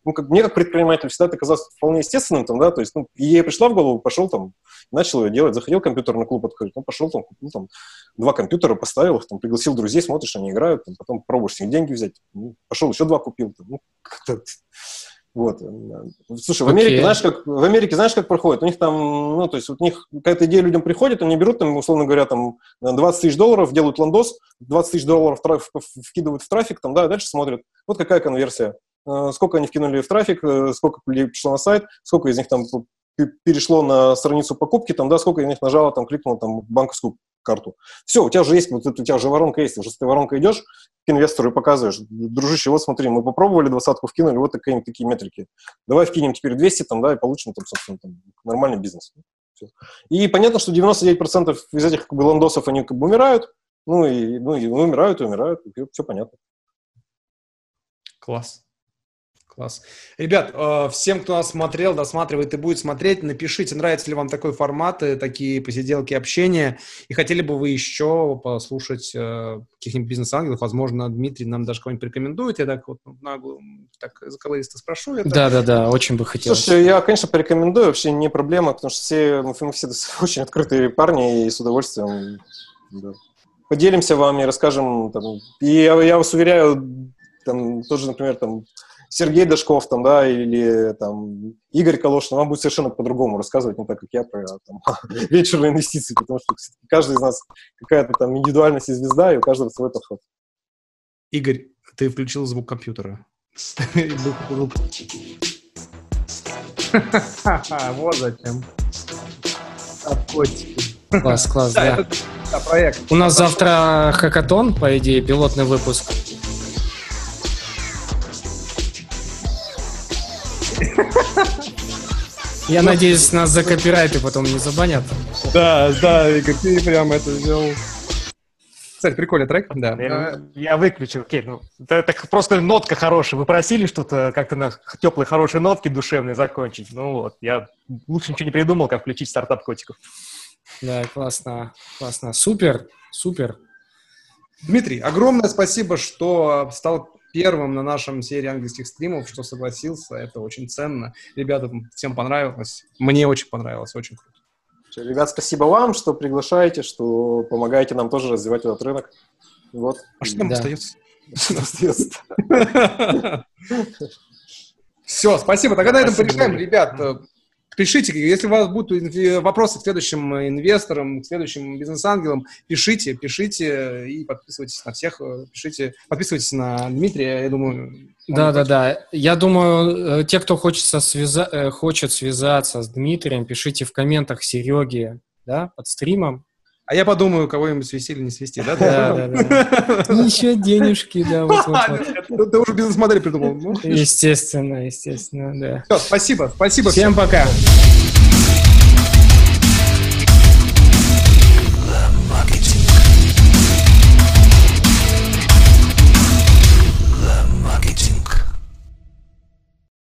ну, как, мне как предпринимателю всегда это казалось вполне естественным, там, да, то есть, ну, идея пришла в голову, пошел там, начал ее делать, заходил в компьютерный клуб открыть, ну, пошел там, купил там два компьютера, поставил их, там, пригласил друзей, смотришь, они играют, там, потом пробуешь с них деньги взять, ну, пошел еще два купил, там, ну, как-то... Вот. Слушай, в Америке, okay. знаешь, как, в Америке, знаешь, как проходит? У них там, ну, то есть, вот у них какая-то идея людям приходит, они берут, там, условно говоря, там, двадцать тысяч долларов, делают ландос, двадцать тысяч долларов траф, вкидывают в трафик, там, да, дальше смотрят, вот какая конверсия, сколько они вкинули в трафик, сколько людей пришло на сайт, сколько из них там перешло на страницу покупки, там, да, сколько из них нажало, там, кликнуло, там, банковскую карту. Все, у тебя уже есть, вот, у тебя уже воронка есть, уже с этой воронкой идешь к инвестору и показываешь, дружище, вот смотри, мы попробовали, двадцатку вкинули, вот такие, такие метрики. Давай вкинем теперь двести, там, да, и получим, там, собственно, там, нормальный бизнес. Все. И понятно, что девяносто девять процентов из этих, как бы, ландосов, они, как бы, умирают, ну, и, ну, и умирают, и умирают, и все понятно. Класс. Класс. Ребят, всем, кто нас смотрел, досматривает и будет смотреть, напишите, нравится ли вам такой формат, такие посиделки, общения, и хотели бы вы еще послушать каких-нибудь бизнес-ангелов, возможно, Дмитрий нам даже кого-нибудь порекомендует, я так вот нагло, так заковыристо спрошу. Да-да-да, очень бы хотелось. Слушай, я, конечно, порекомендую, вообще не проблема, потому что все, мы все очень открытые парни, и с удовольствием да, поделимся вами, расскажем, там, и я, я вас уверяю, там, тоже, например, там, Сергей Дашков, там, да, или там, Игорь Калошин, вам будет совершенно по-другому рассказывать, не так, как я, про там, вечерные инвестиции, потому что каждый из нас какая-то там индивидуальность и звезда, и у каждого свой подход. Игорь, ты включил звук компьютера. Вот зачем. Класс, класс, да. У нас завтра хакатон, по идее, пилотный выпуск. Я надеюсь, нас за копирайты потом не забанят. Да, да, Игорь, ты прям это сделал. Кстати, прикольный трек, да. Я, я выключил, окей, ну, это, это просто нотка хорошая. Вы просили что-то как-то на теплой, хорошей нотке душевной закончить. Ну вот, я лучше ничего не придумал, как включить стартап котиков. Да, классно, классно. Супер, супер. Дмитрий, огромное спасибо, что стал первым на нашем серии английских стримов, что согласился. Это очень ценно. Ребятам всем понравилось. Мне очень понравилось, очень круто. Ребят, спасибо вам, что приглашаете, что помогаете нам тоже развивать этот рынок. Вот. А что нам да. остается? Что нам остается? Все, спасибо. Тогда на этом порешаем, ребят. Пишите, если у вас будут вопросы к следующим инвесторам, к следующим бизнес-ангелам, пишите, пишите и подписывайтесь на всех. Пишите, подписывайтесь на Дмитрия, я думаю. Да, да, да. Я думаю, те, кто хочет, связа... хочет связаться с Дмитрием, пишите в комментах Сереге, да, под стримом. А я подумаю, кого-нибудь свести или не свести, да? Да, да, да. Еще денежки, да, вот, вот, вот. Ты уже бизнес-модель придумал. Естественно, естественно, да. Все, спасибо, спасибо. Всем пока.